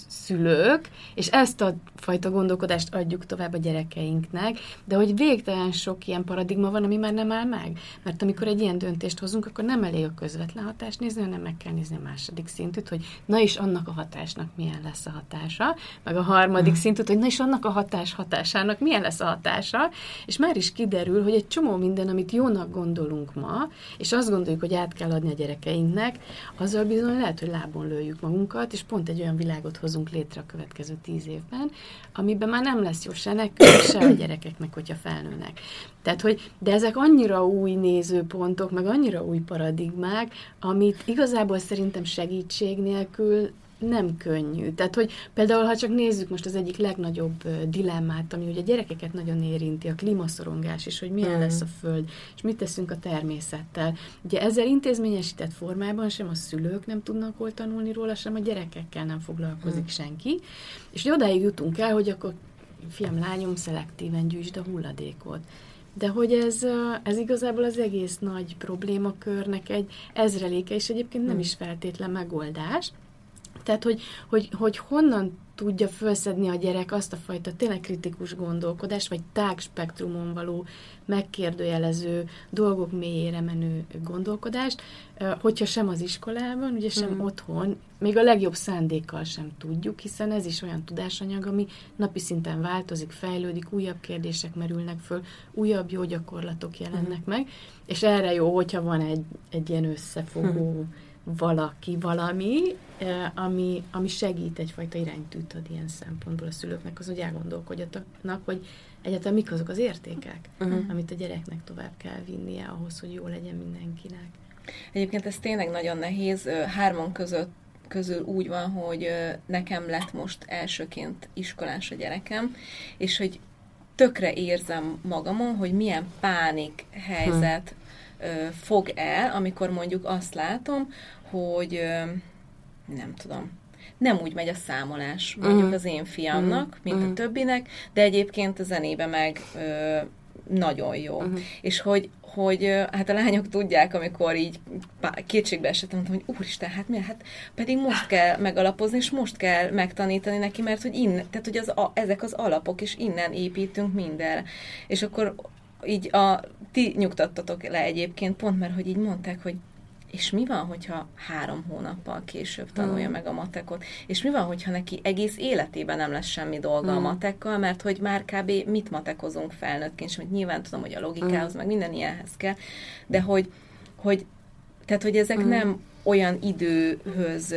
szülők, és ezt a fajta gondolkodást adjuk tovább a gyerekeinknek, de hogy végtelen sok ilyen paradigma van, ami már nem áll meg. Mert amikor egy ilyen döntést hozunk, akkor nem elég a közvetlen hatást nézni, hanem meg kell nézni a második szintűt, hogy na is annak a hatásnak milyen lesz a hatása, meg a harmadik szintűt, hogy na is annak a hatásának milyen lesz a hatása, és már is kiderül, hogy egy csomó minden, amit jónak gondolunk ma, és azt gondoljuk, hogy át kell adni a gyerekeinknek, azzal bizony lehet, hogy lábon lőjük magunkat, és pont egy olyan világot hozunk létre a következő 10 évben, amiben már nem lesz jó se nekünk, se a gyerekeknek, hogyha felnőnek. Tehát, hogy, de ezek annyira új nézőpontok, meg annyira új paradigmák, amit igazából szerintem segítség nélkül nem könnyű. Tehát, hogy például, ha csak nézzük most az egyik legnagyobb dilemmát, ami ugye a gyerekeket nagyon érinti, a klímaszorongás, és hogy milyen lesz a Föld, és mit teszünk a természettel. Ugye ezzel intézményesített formában sem a szülők nem tudnak hol tanulni róla, sem a gyerekekkel nem foglalkozik senki. És ugye odáig jutunk el, hogy akkor fiam, lányom, szelektíven gyűjtsd a hulladékot. De hogy ez igazából az egész nagy problémakörnek egy ezreléke, és egyébként nem is feltétlen megoldás. Tehát, hogy honnan tudja felszedni a gyerek azt a fajta tényleg kritikus gondolkodást, vagy tág spektrumon való megkérdőjelező dolgok mélyére menő gondolkodást, hogyha sem az iskolában, ugye sem otthon, még a legjobb szándékkal sem tudjuk, hiszen ez is olyan tudásanyag, ami napi szinten változik, fejlődik, újabb kérdések merülnek föl, újabb jó gyakorlatok jelennek meg, és erre jó, hogyha van egy ilyen összefogó valami, ami segít egyfajta iránytűt ad ilyen szempontból a szülőknek, az, hogy elgondolkodjanak, hogy egyáltalán mik azok az értékek, amit a gyereknek tovább kell vinnie ahhoz, hogy jó legyen mindenkinek.
Egyébként ez tényleg nagyon nehéz. Hárman közül úgy van, hogy nekem lett most elsőként iskolás a gyerekem, és hogy tökre érzem magamon, hogy milyen pánik helyzet fog el, amikor mondjuk azt látom, hogy nem tudom, nem úgy megy a számolás mondjuk az én fiamnak, mint a többinek, de egyébként a zenébe meg nagyon jó. És hogy hát a lányok tudják, amikor így kétségbe esettem, mondtam, hogy úristen, hát miért? Hát pedig most kell megalapozni, és most kell megtanítani neki, mert hogy innen, tehát hogy ezek az alapok, és innen építünk mindenre. És akkor így ti nyugtattatok le egyébként, pont mert hogy így mondták, hogy és mi van, hogyha 3 hónappal később tanulja meg a matekot? És mi van, hogyha neki egész életében nem lesz semmi dolga a matekkal, mert hogy már kb. Mit matekozunk felnőttként, és nyilván tudom, hogy a logikához, meg minden ilyenhez kell, de hogy ezek nem olyan időhöz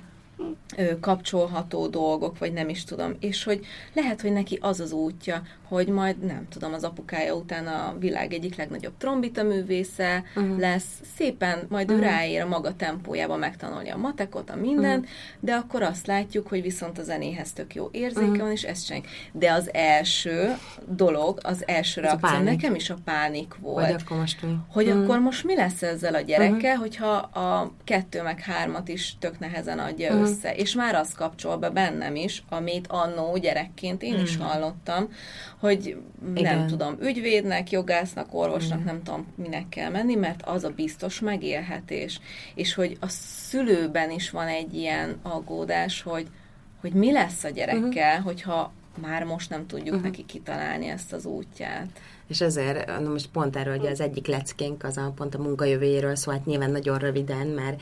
kapcsolható dolgok, vagy nem is tudom. És hogy lehet, hogy neki az az útja, hogy majd, nem tudom, az apukája után a világ egyik legnagyobb trombita művésze lesz, szépen majd ő ráér a maga tempójába megtanulni a matekot, a mindent, de akkor azt látjuk, hogy viszont a zenéhez tök jó érzéke van, és ezt csináljuk. De az első dolog, az első reakció, nekem is a pánik volt. Hogy akkor most mi lesz ezzel a gyerekkel, hogyha a 2 meg 3-at is tök nehezen adja össze. És már az kapcsol be bennem is, amit annó gyerekként én is hallottam, hogy nem tudom, ügyvédnek, jogásznak, orvosnak, nem tudom, minek kell menni, mert az a biztos megélhetés. És hogy a szülőben is van egy ilyen aggódás, hogy mi lesz a gyerekkel, hogyha már most nem tudjuk neki kitalálni ezt az útját.
És ezért, most pont erről, hogy az egyik leckénk az pont a munkajövőjéről szól, hát nyilván nagyon röviden, mert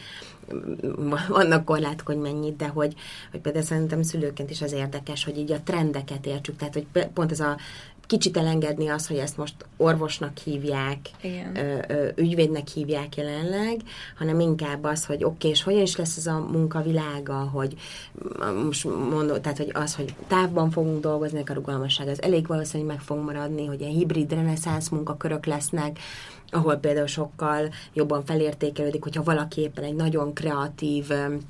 vannak korlátok, hogy mennyit, de hogy például szerintem szülőként is az érdekes, hogy így a trendeket értsük, tehát hogy pont ez a kicsit elengedni az, hogy ezt most orvosnak hívják, ügyvédnek hívják jelenleg, hanem inkább az, hogy oké, és hogyan is lesz ez a munkavilága, hogy most mondom, tehát hogy az, hogy távban fogunk dolgozni, a rugalmasság az elég valószínű, hogy meg fog maradni, hogy ilyen hibrid reneszánsz munkakörök lesznek, ahol például sokkal jobban felértékelődik, hogyha valaki éppen egy nagyon kreatív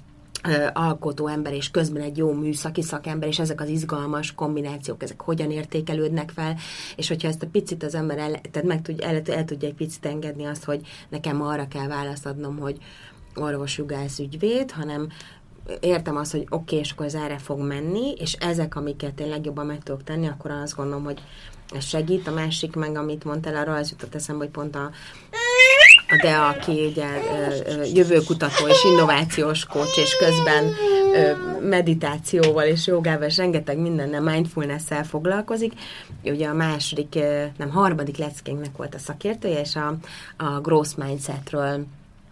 alkotó ember, és közben egy jó műszaki szakember, és ezek az izgalmas kombinációk, ezek hogyan értékelődnek fel, és hogyha ezt a picit az ember el tudja egy picit engedni azt, hogy nekem arra kell választ adnom, hogy orvos, jogász, ügyvéd, hanem értem azt, hogy oké, és akkor ez erre fog menni, és ezek, amiket én legjobban meg tudok tenni, akkor azt gondolom, hogy ez segít. A másik meg, amit mondtál, arra az jutott eszembe, hogy pont a DEA, aki ugye jövőkutató és innovációs coach, és közben meditációval és jogával, és rengeteg mindennel, mindfulness-szel foglalkozik. Ugye a harmadik leckénknek volt a szakértője, és a growth mindsetről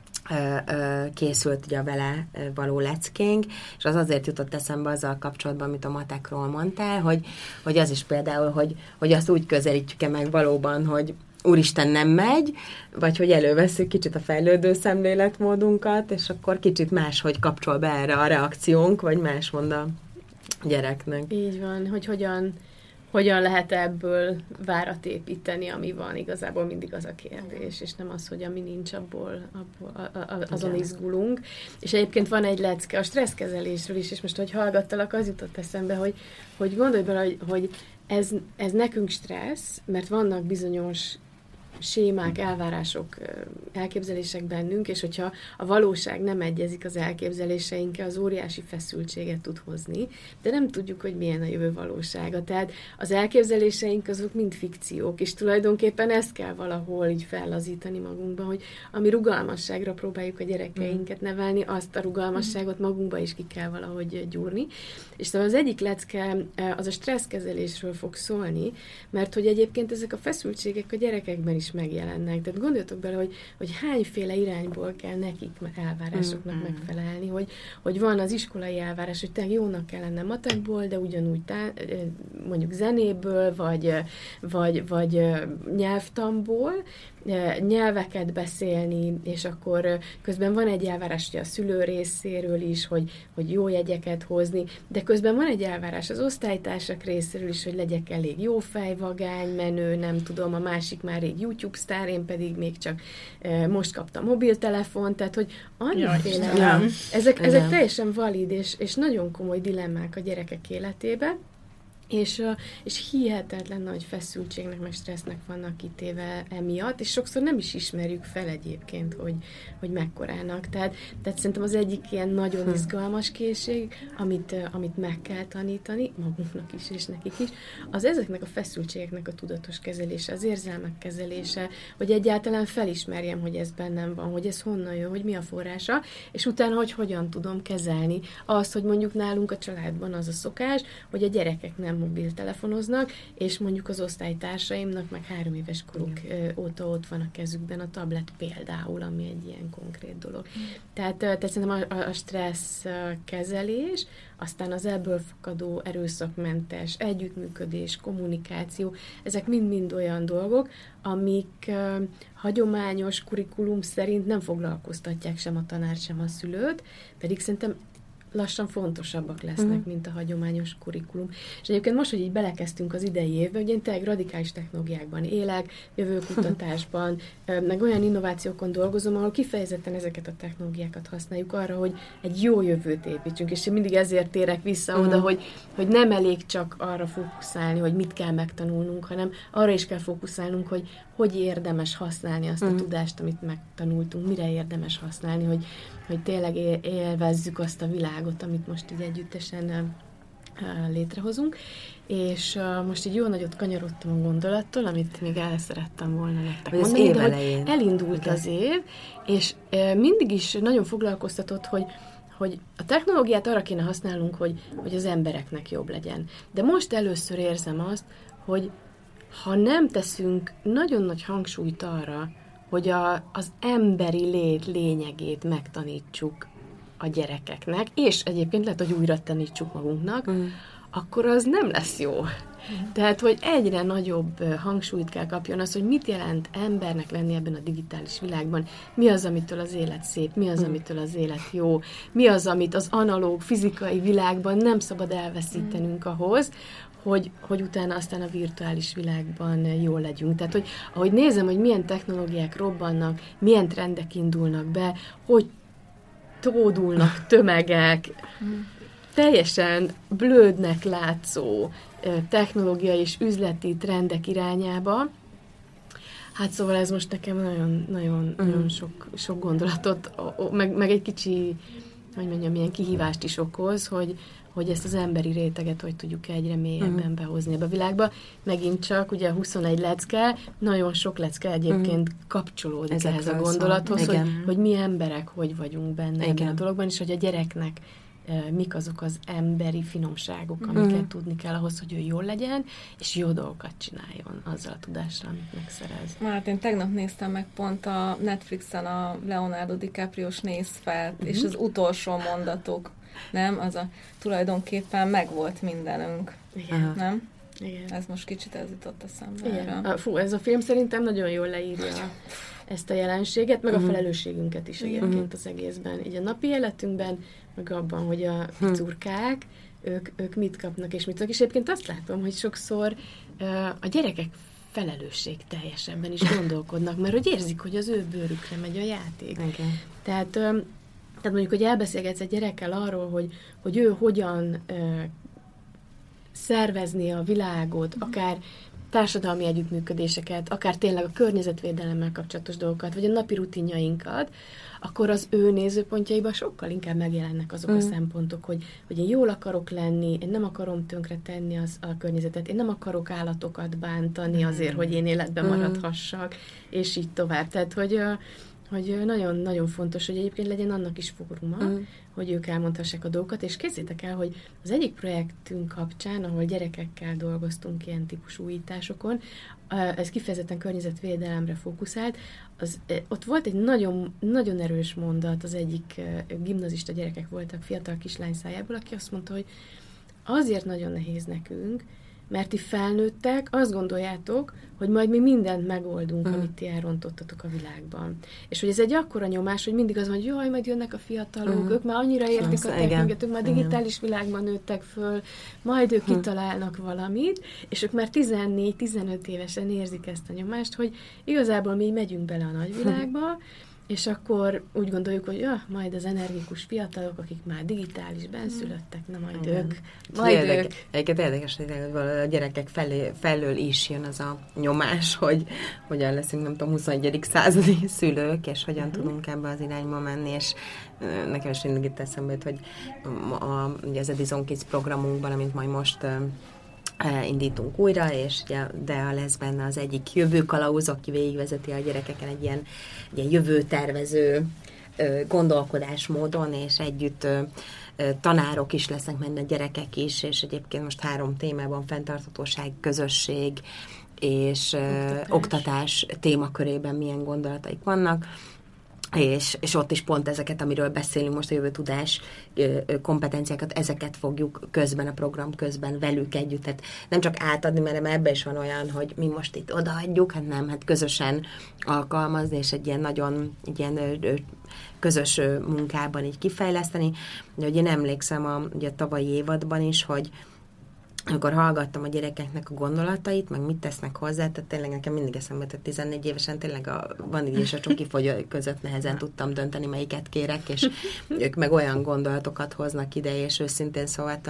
készült ugye a vele való leckénk, és az azért jutott eszembe azzal kapcsolatban, amit a matekról mondtál, hogy az is például, hogy azt úgy közelítjük-e meg valóban, hogy Úristen nem megy, vagy hogy elővesszük kicsit a fejlődő szemléletmódunkat, és akkor kicsit máshogy kapcsol be erre a reakciónk, vagy más mond a gyereknek.
Így van, hogy hogyan lehet ebből várat építeni, ami van, igazából mindig az a kérdés, és nem az, hogy ami nincs, azon izgulunk. És egyébként van egy lecke a stresszkezelésről is, és most, hogy hallgattalak, az jutott eszembe, hogy gondolj bele, hogy ez nekünk stressz, mert vannak bizonyos sémák, elvárások, elképzelések bennünk, és hogyha a valóság nem egyezik az elképzeléseinkkel, az óriási feszültséget tud hozni, de nem tudjuk, hogy milyen a jövő valósága. Tehát az elképzeléseink azok mind fikciók, és tulajdonképpen ezt kell valahol így fellazítani magunkban, hogy ami rugalmasságra próbáljuk a gyerekeinket nevelni, azt a rugalmasságot magunkba is ki kell valahogy gyúrni. És szóval az egyik lecke az a stresszkezelésről fog szólni, mert hogy egyébként ezek a feszültségek a gyerekekben is megjelennek. Tehát gondoljatok bele, hogy hányféle irányból kell nekik elvárásoknak megfelelni, hogy van az iskolai elvárás, hogy te jónak kell lennem matekból, de ugyanúgy mondjuk zenéből, vagy nyelvtanból, nyelveket beszélni, és akkor közben van egy elvárás ugye a szülő részéről is, hogy jó jegyeket hozni, de közben van egy elvárás az osztálytársak részéről is, hogy legyek elég jó fejvagány, menő, nem tudom, a másik már rég YouTube sztár, én pedig még csak most kaptam mobiltelefon, tehát hogy annyiféle, ezek teljesen valid, és nagyon komoly dilemmák a gyerekek életébe, és hihetetlen nagy feszültségnek, meg stressznek vannak kitéve emiatt, és sokszor nem is ismerjük fel egyébként, hogy mekkorának. Tehát szerintem az egyik ilyen nagyon izgalmas készség, amit meg kell tanítani, magunknak is és nekik is, az ezeknek a feszültségeknek a tudatos kezelése, az érzelmek kezelése, hogy egyáltalán felismerjem, hogy ez bennem van, hogy ez honnan jön, hogy mi a forrása, és utána, hogy hogyan tudom kezelni azt, hogy mondjuk nálunk a családban az a szokás, hogy a gyerekek nem mobiltelefonoznak, és mondjuk az osztálytársaimnak meg 3 éves koruk óta ott van a kezükben a tablet például, ami egy ilyen konkrét dolog. Tehát szerintem a stressz kezelés, aztán az ebből fakadó erőszakmentes együttműködés, kommunikáció, ezek mind-mind olyan dolgok, amik hagyományos kurikulum szerint nem foglalkoztatják sem a tanárt, sem a szülőt, pedig szerintem lassan fontosabbak lesznek, mint a hagyományos kurikulum. És egyébként most, hogy így belekezdtünk az idei évbe, ugye én tényleg radikális technológiákban élek, jövőkutatásban, meg olyan innovációkon dolgozom, ahol kifejezetten ezeket a technológiákat használjuk arra, hogy egy jó jövőt építsünk, és én mindig ezért térek vissza oda, hogy nem elég csak arra fókuszálni, hogy mit kell megtanulnunk, hanem arra is kell fókuszálnunk, hogy érdemes használni azt a tudást, amit megtanultunk, mire érdemes használni, hogy tényleg élvezzük azt a világot, világot, amit most így együttesen létrehozunk, és most így jó nagyot kanyarodtam a gondolattól, amit még el szerettem volna nektek mondani, de hogy elindult az év, és mindig is nagyon foglalkoztatott, hogy a technológiát arra kéne használnunk, hogy az embereknek jobb legyen. De most először érzem azt, hogy ha nem teszünk nagyon nagy hangsúlyt arra, hogy az emberi lét lényegét megtanítsuk a gyerekeknek, és egyébként lehet, hogy újra tanítsuk magunknak, akkor az nem lesz jó. Tehát, hogy egyre nagyobb hangsúlyt kell kapjon az, hogy mit jelent embernek lenni ebben a digitális világban, mi az, amitől az élet szép, mi az, amitől az élet jó, mi az, amit az analóg, fizikai világban nem szabad elveszítenünk ahhoz, hogy utána aztán a virtuális világban jól legyünk. Tehát, hogy ahogy nézem, hogy milyen technológiák robbannak, milyen trendek indulnak be, hogy tódulnak tömegek, teljesen blödnek látszó technológiai és üzleti trendek irányába. Hát szóval ez most nekem nagyon sok gondolatot, meg egy kicsi, hogy mondjam, ilyen kihívást is okoz, hogy ezt az emberi réteget hogy tudjuk egyre mélyebben behozni ebbe a világba. Megint csak, ugye 21 lecke, nagyon sok lecke egyébként kapcsolódik ehhez a gondolathoz, hogy mi emberek hogy vagyunk benne ebben a dologban, és hogy a gyereknek mik azok az emberi finomságok, amiket tudni kell ahhoz, hogy ő jól legyen, és jó dolgokat csináljon azzal a tudással, amit megszerez.
Hát én tegnap néztem meg pont a Netflixen a Leonardo DiCaprio-s Nézfelt, és az utolsó mondatok, nem? Az tulajdonképpen megvolt mindenünk.
Igen.
Nem?
Igen.
Ez most kicsit ez jutott eszembe.
Ez a film szerintem nagyon jól leírja ezt a jelenséget, meg a felelősségünket is egyébként az egészben. Így a napi életünkben, meg abban, hogy a picurkák, ők mit kapnak és mit tudnak. És egyébként azt látom, hogy sokszor a gyerekek felelősség teljesebben is gondolkodnak, mert hogy érzik, hogy az ő bőrükre megy a játék. Okay. Tehát mondjuk, hogy elbeszélgetsz egy gyerekkel arról, hogy ő hogyan szervezni a világot, akár társadalmi együttműködéseket, akár tényleg a környezetvédelemmel kapcsolatos dolgokat, vagy a napi rutinjainkat, akkor az ő nézőpontjaiban sokkal inkább megjelennek azok a szempontok, hogy én jól akarok lenni, én nem akarom tönkretenni a környezetet, én nem akarok állatokat bántani azért, hogy én életben maradhassak, és így tovább. Tehát, hogy nagyon-nagyon fontos, hogy egyébként legyen annak is fóruma, hogy ők elmondhassák a dolgokat, és képzeljétek el, hogy az egyik projektünk kapcsán, ahol gyerekekkel dolgoztunk ilyen típusú újításokon, ez kifejezetten környezetvédelemre fókuszált, ott volt egy nagyon, nagyon erős mondat, az egyik gimnazista gyerekek voltak, fiatal kislány szájából, aki azt mondta, hogy azért nagyon nehéz nekünk, mert ti felnőttek, azt gondoljátok, hogy majd mi mindent megoldunk, amit ti elrontottatok a világban. És hogy ez egy akkora nyomás, hogy mindig az van, hogy jaj, majd jönnek a fiatalok, ők már annyira értik a technikát, ők már digitális világban nőttek föl, majd ők kitalálnak valamit, és ők már 14-15 évesen érzik ezt a nyomást, hogy igazából mi megyünk bele a nagyvilágba, és akkor úgy gondoljuk, hogy majd az energikus fiatalok, akik már digitális benszülöttek, na majd ők.
Egyébként érdekes, hogy a gyerekek felől is jön az a nyomás, hogy hogyan leszünk, nem tudom, 21. századi szülők, és hogyan tudunk ebbe az irányba menni, és nekem is mindig itt eszembe jut, hogy ugye az Edison Kids programunkban, amit majd most indítunk újra, és de lesz benne az egyik jövőkalauz, aki végigvezeti a gyerekeken egy ilyen jövőtervező gondolkodásmódon, és együtt tanárok is lesznek, benne gyerekek is, és egyébként most 3 témában: fenntarthatóság, közösség és oktatás témakörében milyen gondolataik vannak. És ott is pont ezeket, amiről beszélünk most, a jövő tudás kompetenciákat, ezeket fogjuk közben, a program közben velük együtt. Tehát nem csak átadni, mert ebben is van olyan, hogy mi most itt odaadjuk, hát közösen alkalmazni, és egy ilyen közös munkában így kifejleszteni. De ugye én emlékszem ugye a tavalyi évadban is, hogy amikor hallgattam a gyerekeknek a gondolatait, meg mit tesznek hozzá, tehát tényleg nekem mindig eszembe, hogy 14 évesen tényleg a vanília és a csokifogyó között nehezen tudtam dönteni, melyiket kérek, és ők meg olyan gondolatokat hoznak ide, és őszintén szóval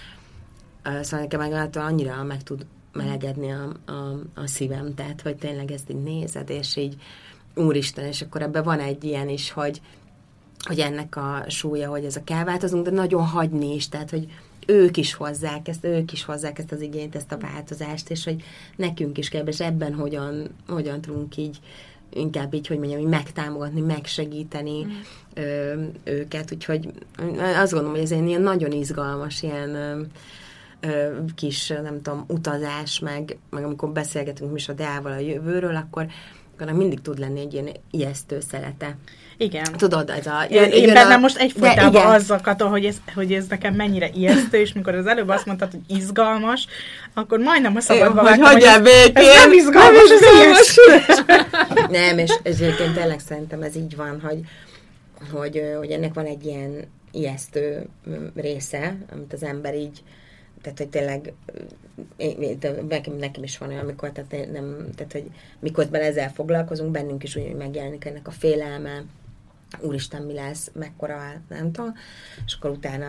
nekem meg annyira meg tud melegedni a szívem, tehát hogy tényleg ezt így nézed, és így úristen, és akkor ebben van egy ilyen is, hogy ennek a súlya, hogy ez a kell változunk, de nagyon hagyni is, tehát, hogy ők is hozzák ezt az igényt, ezt a változást, és hogy nekünk is kell, és ebben hogyan tudunk így inkább így, hogy mondjam, így megtámogatni, megsegíteni őket, úgyhogy azt gondolom, hogy ez egy ilyen nagyon izgalmas, ilyen kis, nem tudom, utazás, meg amikor beszélgetünk mi is a Deával a jövőről, akkor mindig tud lenni egy ilyen ijesztő szelete.
Igen.
Tudod, ez a...
Én bennem most egyfolytában azzal katol, hogy ez nekem mennyire ijesztő, és mikor az előbb azt mondtad, hogy izgalmas, akkor majdnem a szabadba vágtam, hogy ez nem izgalmas, ez ijesztő.
Nem, és egyébként tényleg szerintem ez így van, hogy ennek van egy ilyen ijesztő része, amit az ember így, tehát, hogy tényleg nekem is van olyan, amikor, tehát, hogy miközben ezzel foglalkozunk, bennünk is úgy megjelenik ennek a félelme, úristen, mi lesz, mekkora, nem tudom, és akkor utána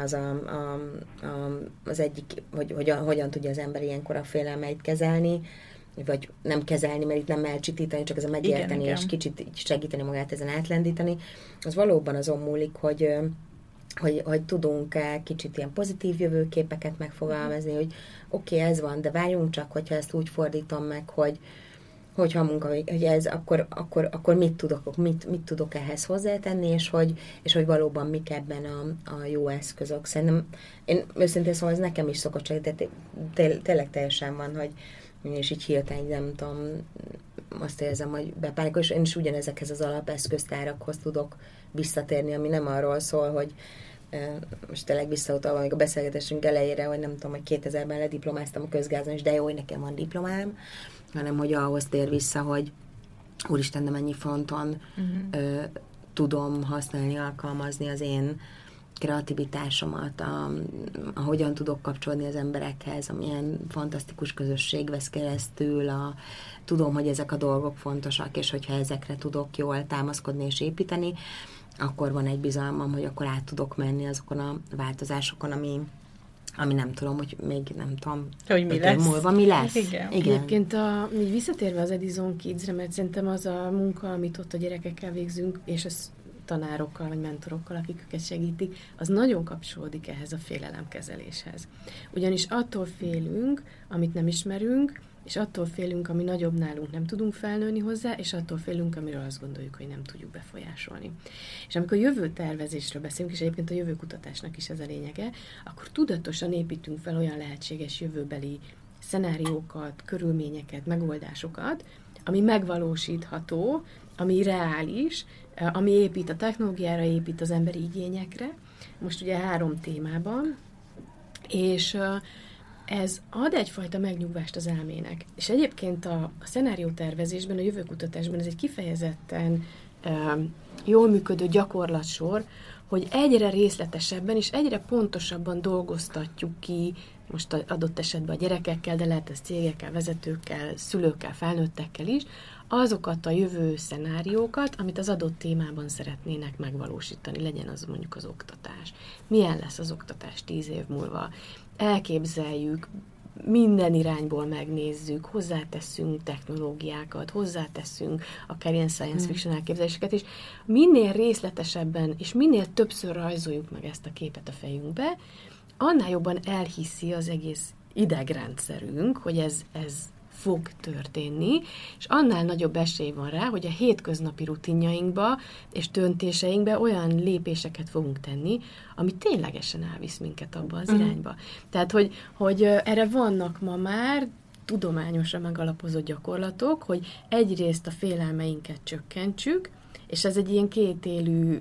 az egyik, hogy hogyan tudja az ember ilyenkor a félelmeit kezelni, vagy nem kezelni, mert itt nem elcsitítani, csak ez a megérteni, és kicsit segíteni magát ezen átlendíteni. Az valóban azon múlik, hogy tudunk kicsit ilyen pozitív jövőképeket megfogalmazni, hogy oké, ez van, de várjunk csak, hogyha ezt úgy fordítom meg, hogy ez, akkor mit tudok ehhez hozzátenni, és hogy valóban mik ebben a jó eszközök. Szerintem, én őszintén szóval ez nekem is szokott segíteni, de tényleg teljesen van, hogy és így hirtelen, nem tudom, azt érzem, hogy bepánikol, és én is ugyanezekhez az alapeszköztárakhoz tudok visszatérni, ami nem arról szól, hogy most tényleg visszautalva még a beszélgetésünk elejére, hogy nem tudom, hogy 2000-ben lediplomáztam a közgázon, és de jó, hogy nekem van diplomám, hanem hogy ahhoz tér vissza, hogy úristen, de mennyi fronton tudom használni, alkalmazni az én kreativitásomat, ahogyan tudok kapcsolódni az emberekhez, amilyen fantasztikus közösség vesz keresztül, tudom, hogy ezek a dolgok fontosak, és hogyha ezekre tudok jól támaszkodni és építeni, akkor van egy bizalmam, hogy akkor át tudok menni azokon a változásokon, ami nem tudom, hogy még nem tudom,
hogy mi lesz.
Múlva mi lesz.
Igen.
Egyébként így visszatérve az Edison Kids-re, mert szerintem az a munka, amit ott a gyerekekkel végzünk, és az tanárokkal, vagy mentorokkal, akik őket segítik, az nagyon kapcsolódik ehhez a félelemkezeléshez. Ugyanis attól félünk, amit nem ismerünk, és attól félünk, ami nagyobb nálunk, nem tudunk felnőni hozzá, és attól félünk, amiről azt gondoljuk, hogy nem tudjuk befolyásolni. És amikor jövőtervezésről beszélünk, és egyébként a jövőkutatásnak is ez a lényege, akkor tudatosan építünk fel olyan lehetséges jövőbeli szenáriókat, körülményeket, megoldásokat, ami megvalósítható, ami reális, ami épít a technológiára, épít az emberi igényekre. Most ugye 3 témában, és ez ad egyfajta megnyugvást az elmének. És egyébként a szenáriótervezésben, a jövőkutatásban ez egy kifejezetten jól működő gyakorlatsor, hogy egyre részletesebben és egyre pontosabban dolgoztatjuk ki, most adott esetben a gyerekekkel, de lehet ez cégekkel, vezetőkkel, szülőkkel, felnőttekkel is, azokat a jövő szenáriókat, amit az adott témában szeretnének megvalósítani, legyen az mondjuk az oktatás. Milyen lesz az oktatás 10 év múlva? Elképzeljük, minden irányból megnézzük, hozzáteszünk technológiákat, hozzáteszünk akár ilyen science fiction elképzeléseket, és minél részletesebben, és minél többször rajzoljuk meg ezt a képet a fejünkbe, annál jobban elhiszi az egész idegrendszerünk, hogy ez fog történni, és annál nagyobb esély van rá, hogy a hétköznapi rutinjainkba és döntéseinkbe olyan lépéseket fogunk tenni, ami ténylegesen elvisz minket abba az irányba. Tehát, hogy erre vannak ma már tudományosra megalapozott gyakorlatok, hogy egyrészt a félelmeinket csökkentsük, és ez egy ilyen kétélű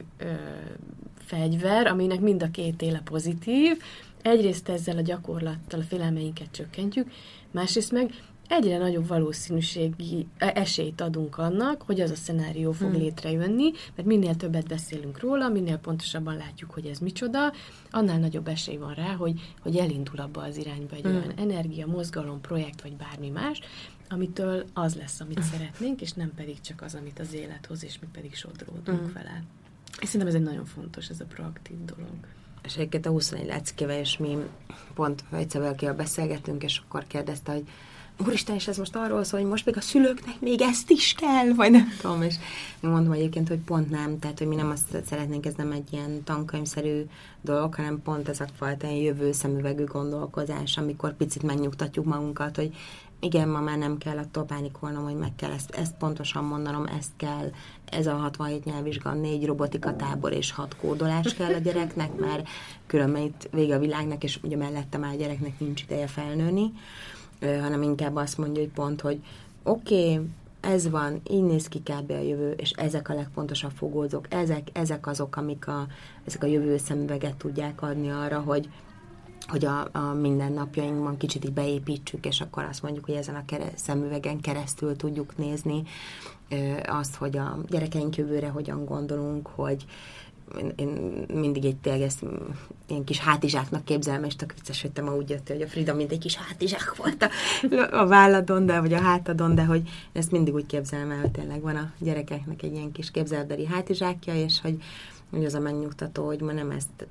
fegyver, aminek mind a két éle pozitív. Egyrészt ezzel a gyakorlattal a félelmeinket csökkentjük, másrészt meg egyre nagyobb valószínűségi esélyt adunk annak, hogy az a szenárió fog létrejönni, mert minél többet beszélünk róla, minél pontosabban látjuk, hogy ez micsoda, annál nagyobb esély van rá, hogy elindul abba az irányba egy olyan energia, mozgalom, projekt, vagy bármi más, amitől az lesz, amit szeretnénk, és nem pedig csak az, amit az élet hoz, és mi pedig sodródunk vele. És szerintem ez egy nagyon fontos, ez a proaktív dolog.
És egyébként a 21 leckével, és mi pont egyszer valakivel beszélgettünk, és akkor kérdezte, hogy úristen, és ez most arról szól, hogy most még a szülőknek még ezt is kell, vagy nem tudom, és mondom egyébként, hogy pont nem, tehát, hogy mi nem azt szeretnénk, ez nem egy ilyen tankönyvszerű dolog, hanem pont ez a fajta jövő szemüvegű gondolkozás, amikor picit megnyugtatjuk magunkat, hogy igen, ma már nem kell attól pánikolnom, hogy meg kell ezt pontosan mondanom, ezt kell, ez a 67 nyelvvizsga, 4 robotika tábor és 6 kódolás kell a gyereknek, mert különben itt vége a világnak, és ugye mellette már a gyereknek nincs ideje felnőni, hanem inkább azt mondja, hogy pont, hogy oké, ez van, így néz ki kb. A jövő, és ezek a legfontosabb fogódzók, ezek azok, amik ezek a jövő szemüveget tudják adni arra, hogy a mindennapjainkban kicsit így beépítsük, és akkor azt mondjuk, hogy ezen a szemüvegen keresztül tudjuk nézni azt, hogy a gyerekeink jövőre hogyan gondolunk, hogy én mindig egy tényleg ezt ilyen kis hátizsáknak képzelem, és tök vicces, hogy te ma úgy jöttél, hogy a Frida mint egy kis hátizsák volt a válladon, vagy a hátadon, de hogy ezt mindig úgy képzelem el, hogy tényleg van a gyerekeknek egy ilyen kis képzelbeli hátizsákja, és hogy az a megnyugtató, hogy ma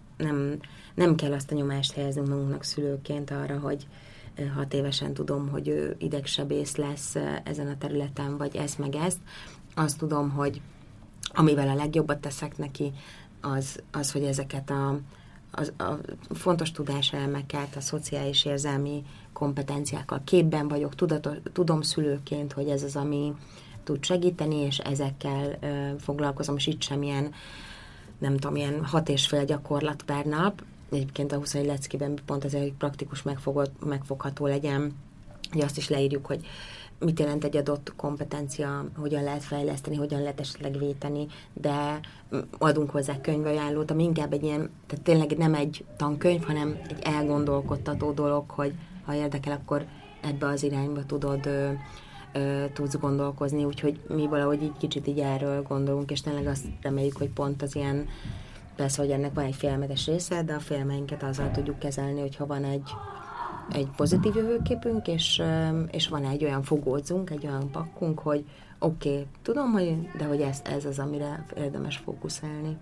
nem kell azt a nyomást helyeznünk magunknak szülőként arra, hogy 6 évesen tudom, hogy ő idegsebész lesz ezen a területen, vagy ezt meg ezt. Azt tudom, hogy amivel a legjobbat teszek neki, az hogy ezeket a fontos tudáselemeket, a szociális érzelmi kompetenciákkal képben vagyok, tudom szülőként, hogy ez az, ami tud segíteni, és ezekkel foglalkozom, és itt sem ilyen, nem tudom, ilyen 6,5 gyakorlat per nap. Egyébként a 21 leckében pont ezért, hogy praktikus megfogható legyen, hogy azt is leírjuk, hogy mit jelent egy adott kompetencia, hogyan lehet fejleszteni, hogyan lehet esetleg véteni, de adunk hozzá könyvajánlót, ami inkább egy ilyen, tehát tényleg nem egy tankönyv, hanem egy elgondolkodtató dolog, hogy ha érdekel, akkor ebbe az irányba tudsz gondolkozni, úgyhogy mi valahogy így kicsit így erről gondolunk, és tényleg azt reméljük, hogy pont az ilyen, persze, hogy ennek van egy félelmetes része, de a félelmeinket azzal tudjuk kezelni, hogyha van egy pozitív jövőképünk, és van egy olyan fogódzunk, egy olyan pakkunk, hogy oké, tudom, de hogy ez az, amire érdemes fókuszálni.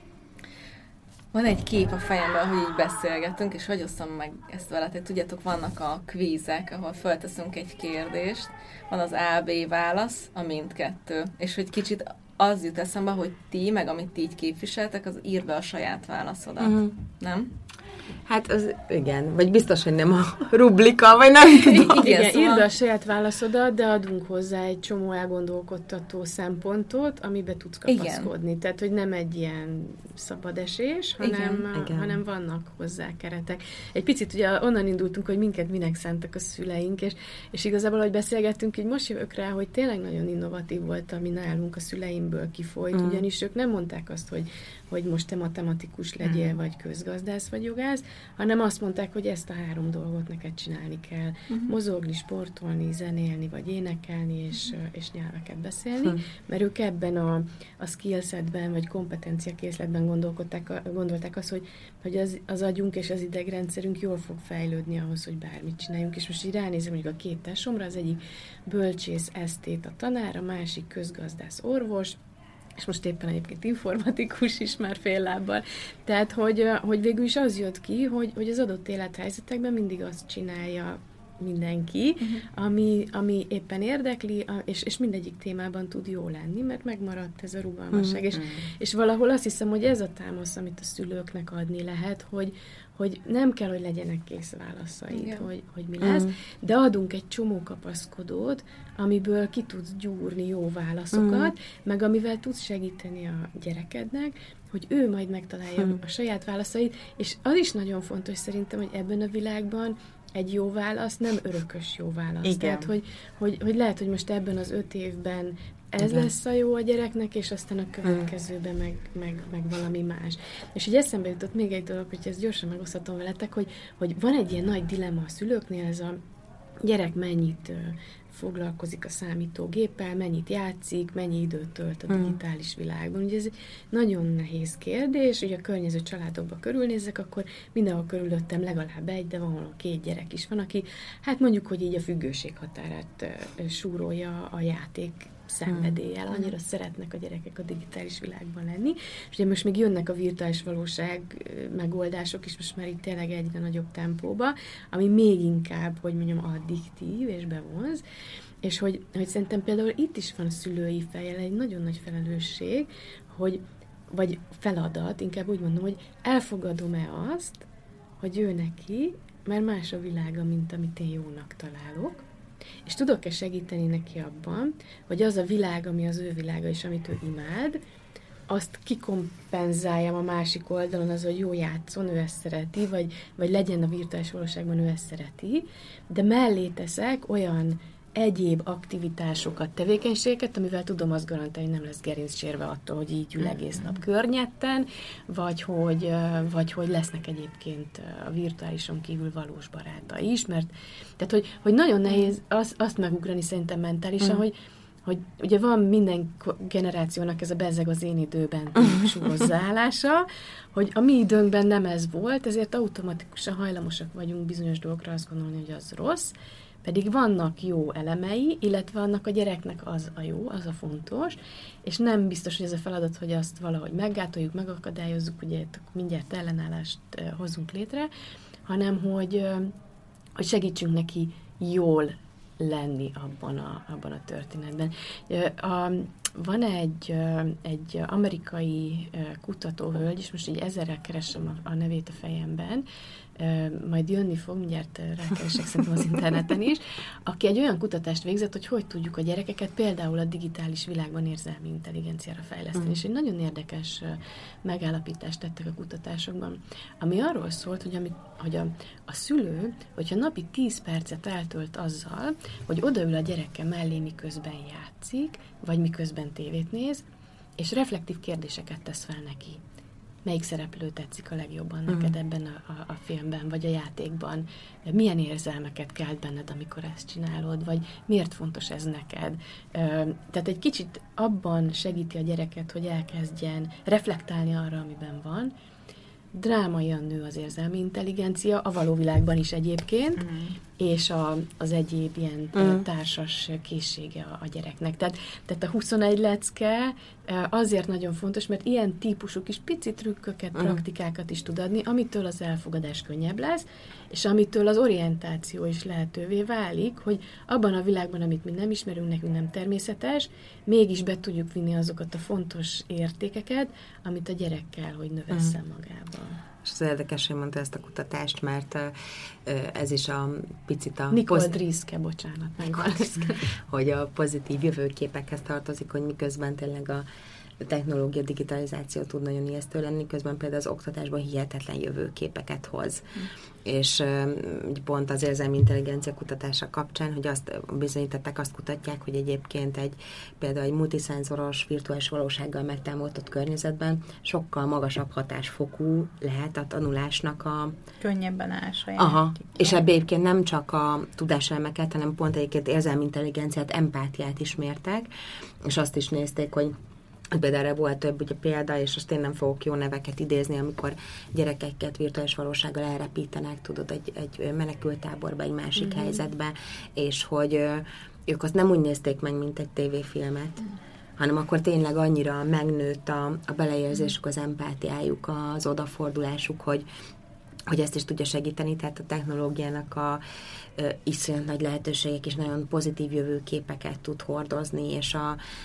Van egy kép a fejemben, hogy így beszélgetünk, és hogy osztom meg ezt veletek. Tudjátok, vannak a kvízek, ahol felteszünk egy kérdést, van az A-B válasz, a mindkettő. És hogy kicsit az jut eszembe, hogy ti, meg amit ti így képviseltek, az ír be a saját válaszodat. Uh-huh. Nem?
Hát az igen, vagy biztos, hogy nem a rublika, vagy nem tudom.
Igen, szóval... írd be a saját válaszodat, de adunk hozzá egy csomó elgondolkodtató szempontot, amibe tudsz kapaszkodni. Igen. Tehát, hogy nem egy ilyen szabad esés, hanem vannak hozzá keretek. Egy picit ugye onnan indultunk, hogy minket minek szántak a szüleink, és igazából, hogy beszélgettünk, hogy most jövök rá, hogy tényleg nagyon innovatív volt, ami nálunk a szüleimből kifolyt, ugyanis ők nem mondták azt, hogy most te matematikus legyél, vagy közgazdász, vagy jogász, hanem azt mondták, hogy ezt a 3 dolgot neked csinálni kell. Mozogni, sportolni, zenélni, vagy énekelni, és nyelveket beszélni, mert ők ebben a skillsetben, vagy kompetenciakészletben gondolták azt, hogy az agyunk és az idegrendszerünk jól fog fejlődni ahhoz, hogy bármit csináljunk. És most így ránézem mondjuk a 2 társamra, az egyik bölcsész, esztét a tanár, a másik közgazdász, orvos, és most éppen egyébként informatikus is már fél lábbal. Tehát, hogy végül is az jött ki, hogy az adott élethelyzetekben mindig azt csinálja mindenki, ami éppen érdekli, és mindegyik témában tud jó lenni, mert megmaradt ez a rugalmasság. És valahol azt hiszem, hogy ez a támasz, amit a szülőknek adni lehet, hogy nem kell, hogy legyenek kész válaszaid, hogy mi lesz, de adunk egy csomó kapaszkodót, amiből ki tudsz gyúrni jó válaszokat, meg amivel tudsz segíteni a gyerekednek, hogy ő majd megtalálja a saját válaszait, és az is nagyon fontos szerintem, hogy ebben a világban egy jó válasz nem örökös jó válasz. Igen. Tehát, hogy lehet, hogy most ebben az 5 évben ez lesz a jó a gyereknek, és aztán a következőben meg valami más. És így eszembe jutott még egy dolog, hogy ezt gyorsan megoszthatom veletek, hogy van egy ilyen nagy dilemma a szülőknél, ez a gyerek mennyit foglalkozik a számítógéppel, mennyit játszik, mennyi időt tölt a digitális világban. Ugye ez egy nagyon nehéz kérdés, ugye a környező családokba körülnézek, akkor mindenhol körülöttem legalább 1, de valahol 2 gyerek is van, aki hát mondjuk, hogy így a függőség határát súrolja a játék szenvedéllyel, annyira szeretnek a gyerekek a digitális világban lenni, és ugye most még jönnek a virtuális valóság megoldások is, most már itt tényleg egyre nagyobb tempóba, ami még inkább, hogy mondjam, addiktív és bevonz, és hogy szerintem például itt is van szülői fejjel egy nagyon nagy felelősség, vagy feladat, inkább úgy mondom, hogy elfogadom-e azt, hogy ő neki, mert más a világa, mint amit én jónak találok, és tudok-e segíteni neki abban, hogy az a világ, ami az ő világa, és amit ő imád, azt kikompenzáljam a másik oldalon, az, hogy jó játszon, ő ezt szereti, vagy legyen a virtuális valóságban, ő ezt szereti, de mellé teszek olyan egyéb aktivitásokat, tevékenységeket, amivel tudom azt garantálni, hogy nem lesz gerincsérve attól, hogy így ül egész nap környetten, vagy hogy lesznek egyébként a virtuálison kívül valós baráta is, mert tehát, hogy nagyon nehéz azt megugrani szerintem mentálisan, hogy ugye van minden generációnak ez a bezzeg az én időben típusú hozzáállása, hogy a mi időnkben nem ez volt, ezért automatikusan hajlamosak vagyunk bizonyos dolgokra azt gondolni, hogy az rossz, pedig vannak jó elemei, illetve annak a gyereknek az a jó, az a fontos, és nem biztos, hogy ez a feladat, hogy azt valahogy meggátoljuk, megakadályozzuk, ugye mindjárt ellenállást hozunk létre, hanem hogy segítsünk neki jól lenni abban a történetben. Van egy amerikai kutatóhölgy, és most így ezerrel keresem a nevét a fejemben, majd jönni fog, mindjárt rákeresek szerintem az interneten is, aki egy olyan kutatást végzett, hogy tudjuk a gyerekeket például a digitális világban érzelmi intelligenciára fejleszteni. És egy nagyon érdekes megállapítást tettek a kutatásokban, ami arról szólt, hogy a szülő, hogyha napi 10 percet eltölt azzal, hogy odaül a gyereke mellé, miközben játszik, vagy miközben tévét néz, és reflektív kérdéseket tesz fel neki. Melyik szereplő tetszik a legjobban neked ebben a filmben, vagy a játékban? Milyen érzelmeket kelt benned, amikor ezt csinálod? Vagy miért fontos ez neked? Tehát egy kicsit abban segíti a gyereket, hogy elkezdjen reflektálni arra, amiben van. Drámaian nő az érzelmi intelligencia, a való világban is egyébként, és az egyéb ilyen társas készsége a gyereknek. Tehát a 21 lecke azért nagyon fontos, mert ilyen típusú kis pici trükköket, praktikákat is tud adni, amitől az elfogadás könnyebb lesz, és amitől az orientáció is lehetővé válik, hogy abban a világban, amit mi nem ismerünk, nekünk nem természetes, mégis be tudjuk vinni azokat a fontos értékeket, amit a gyerek kell, hogy növesszen magában.
És az érdekes, hogy mondta ezt a kutatást, mert ez is a picit a...
Nicole Driske, bocsánat, megvan.
Hogy a pozitív jövőképekhez tartozik, hogy miközben tényleg a technológia, digitalizáció tud nagyon ijesztő lenni, közben például az oktatásban hihetetlen jövőképeket hoz. És pont az érzelmi intelligencia kutatása kapcsán, hogy azt bizonyították, azt kutatják, hogy egyébként például egy multiszenzoros, virtuális valósággal megtámogatott környezetben sokkal magasabb hatásfokú lehet a tanulásnak a...
Könnyebben elsajátítják.
Aha, és ebben egyébként nem csak a tudáselemeket, hanem pont egyébként érzelmi intelligenciát, empátiát is mértek, és azt is nézték, hogy például erre volt több ugye példa, és azt én nem fogok jó neveket idézni, amikor gyerekeket virtuális valósággal elrepítenek, tudod, egy menekülttáborba, egy másik helyzetbe, és hogy ők azt nem úgy nézték meg, mint egy tévéfilmet, hanem akkor tényleg annyira megnőtt a beleérzésük, az empátiájuk, az odafordulásuk, hogy ezt is tudja segíteni, tehát a technológiának a iszonyat nagy lehetőségek és nagyon pozitív jövőképeket tud hordozni, és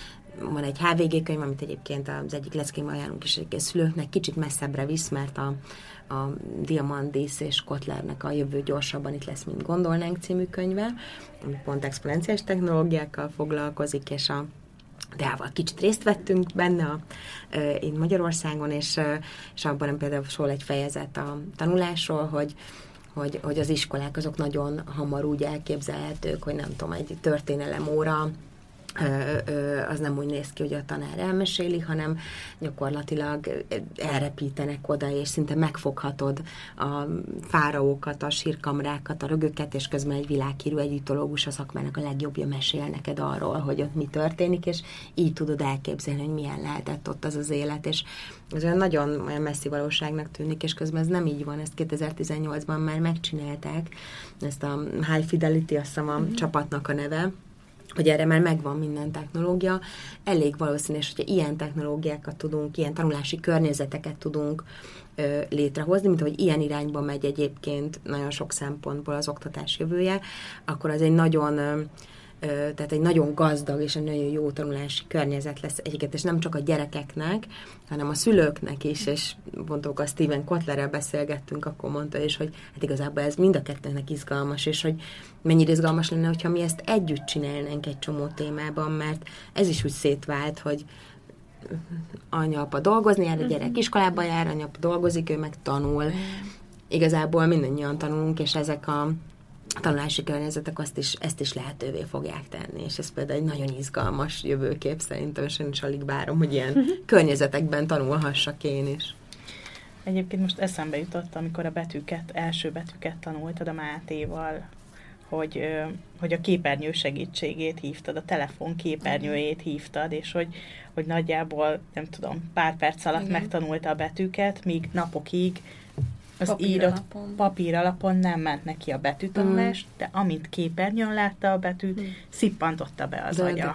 van egy HVG könyv, amit egyébként az egyik leckémben ajánlunk is egy szülőknek, kicsit messzebbre visz, mert a Diamandis és Kotlernek a Jövő gyorsabban itt lesz, mint gondolnánk című könyve, ami pont exponenciális technológiákkal foglalkozik, és a Deával kicsit részt vettünk benne itt Magyarországon, és abban például szól egy fejezet a tanulásról, hogy az iskolák azok nagyon hamar úgy elképzelhetők, hogy nem tudom, egy történelem óra, az nem úgy néz ki, hogy a tanár elmeséli, hanem gyakorlatilag elrepítenek oda, és szinte megfoghatod a fáraókat, a sírkamrákat, a rögöket, és közben egy világhírű egyiptológus, a szakmának a legjobbja mesél neked arról, hogy ott mi történik, és így tudod elképzelni, hogy milyen lehetett ott az élet, és ez olyan nagyon olyan messzi valóságnak tűnik, és közben ez nem így van, ezt 2018-ban már megcsinálták, ezt a High Fidelity, azt hiszem a csapatnak a neve, hogy erre már megvan minden technológia. Elég valószínűs, hogyha ilyen technológiákat tudunk, ilyen tanulási környezeteket tudunk létrehozni, mint ahogy ilyen irányba megy egyébként nagyon sok szempontból az oktatás jövője, akkor az egy nagyon tehát egy nagyon gazdag és egy nagyon jó tanulási környezet lesz egyiket, és nem csak a gyerekeknek, hanem a szülőknek is, és mondtuk, a Steven Kotlerrel beszélgettünk, akkor mondta is, hogy hát igazából ez mind a kettőnek izgalmas, és hogy mennyire izgalmas lenne, hogyha mi ezt együtt csinálnánk egy csomó témában, mert ez is úgy szétvált, hogy anya-apa dolgozni jár, a gyerek iskolába jár, anya-apa dolgozik, ő meg tanul. Igazából mindannyian tanulunk, és ezek a tanulási környezetek ezt is lehetővé fogják tenni, és ez például egy nagyon izgalmas jövőkép szerintem, és én is alig várom, hogy ilyen környezetekben tanulhassak én is.
Egyébként most eszembe jutott, amikor a első betűket tanultad a Mátéval, hogy a képernyő segítségét hívtad, a telefon képernyőjét hívtad, és hogy nagyjából, nem tudom, pár perc alatt megtanulta a betűket, míg napokig az írott papír alapon nem ment neki a betűtanulás, de amint képernyőn látta a betűt, szippantotta be az agya.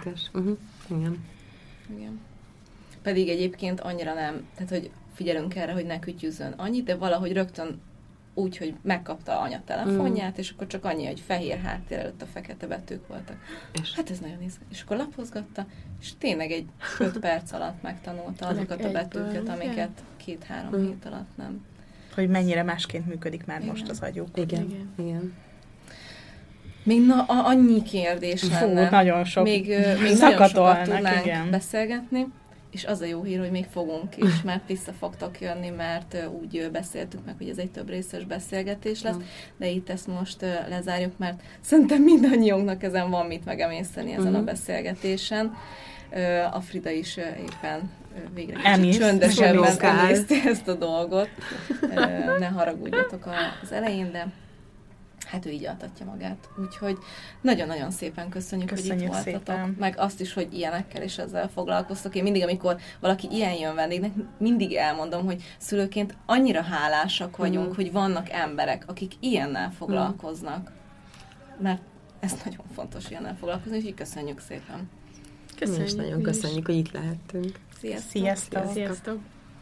Igen. Pedig egyébként annyira nem, tehát hogy figyelünk erre, hogy ne kütyüzzön annyit, de valahogy rögtön úgy, hogy megkapta anya telefonját, és akkor csak annyi, hogy fehér háttér előtt a fekete betűk voltak. És hát ez nagyon izgalmas. És akkor lapozgatta, és tényleg egy 5 perc alatt megtanulta azokat a betűket, amiket 2-3 hét alatt nem.
Hogy mennyire másként működik már most az agyuk.
Igen.
Még annyi kérdés lenne.
Nagyon sok.
Még nagyon sokat tudnánk beszélgetni, és az a jó hír, hogy még fogunk is, mert vissza fogtok jönni, mert úgy beszéltük meg, hogy ez egy több részes beszélgetés lesz, de itt ezt most lezárjuk, mert szerintem mindannyiunknak ezen van mit megemészteni ezen a beszélgetésen. A Frida is éppen végre csöndesebben emészti ezt a dolgot. Ne haragudjatok az elején, de hát ő így altatja magát. Úgyhogy nagyon-nagyon szépen köszönjük, hogy itt voltatok. Szépen. Meg azt is, hogy ilyenekkel is ezzel foglalkoztok. Én mindig, amikor valaki ilyen jön vendégnek, mindig elmondom, hogy szülőként annyira hálásak vagyunk, hogy vannak emberek, akik ilyennel foglalkoznak. Mert ez nagyon fontos ilyennel foglalkozni, úgyhogy köszönjük szépen.
Köszönjük. És nagyon köszönjük, hogy itt lehettünk.
Sziasztok!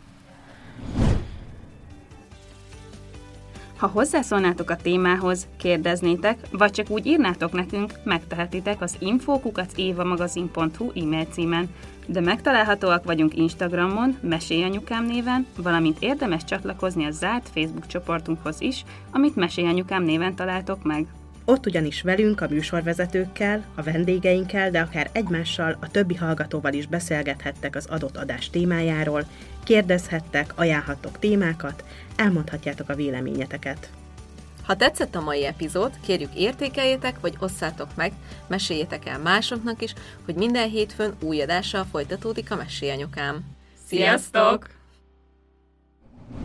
Ha hozzászólnátok a témához, kérdeznétek, vagy csak úgy írnátok nekünk, megtehetitek az info@évamagazin.hu e-mail címen, de megtalálhatóak vagyunk Instagramon, Mesélyanyukám néven, valamint érdemes csatlakozni a zárt Facebook csoportunkhoz is, amit Mesélyanyukám néven találtok meg.
Ott ugyanis velünk, a műsorvezetőkkel, a vendégeinkkel, de akár egymással, a többi hallgatóval is beszélgethettek az adott adás témájáról, kérdezhettek, ajánlhattok témákat, elmondhatjátok a véleményeteket.
Ha tetszett a mai epizód, kérjük értékeljétek, vagy osszátok meg, meséljétek el másoknak is, hogy minden hétfőn új adással folytatódik a Mesélyanyukám. Sziasztok!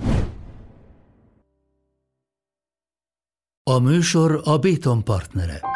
A műsor a Béton partnere.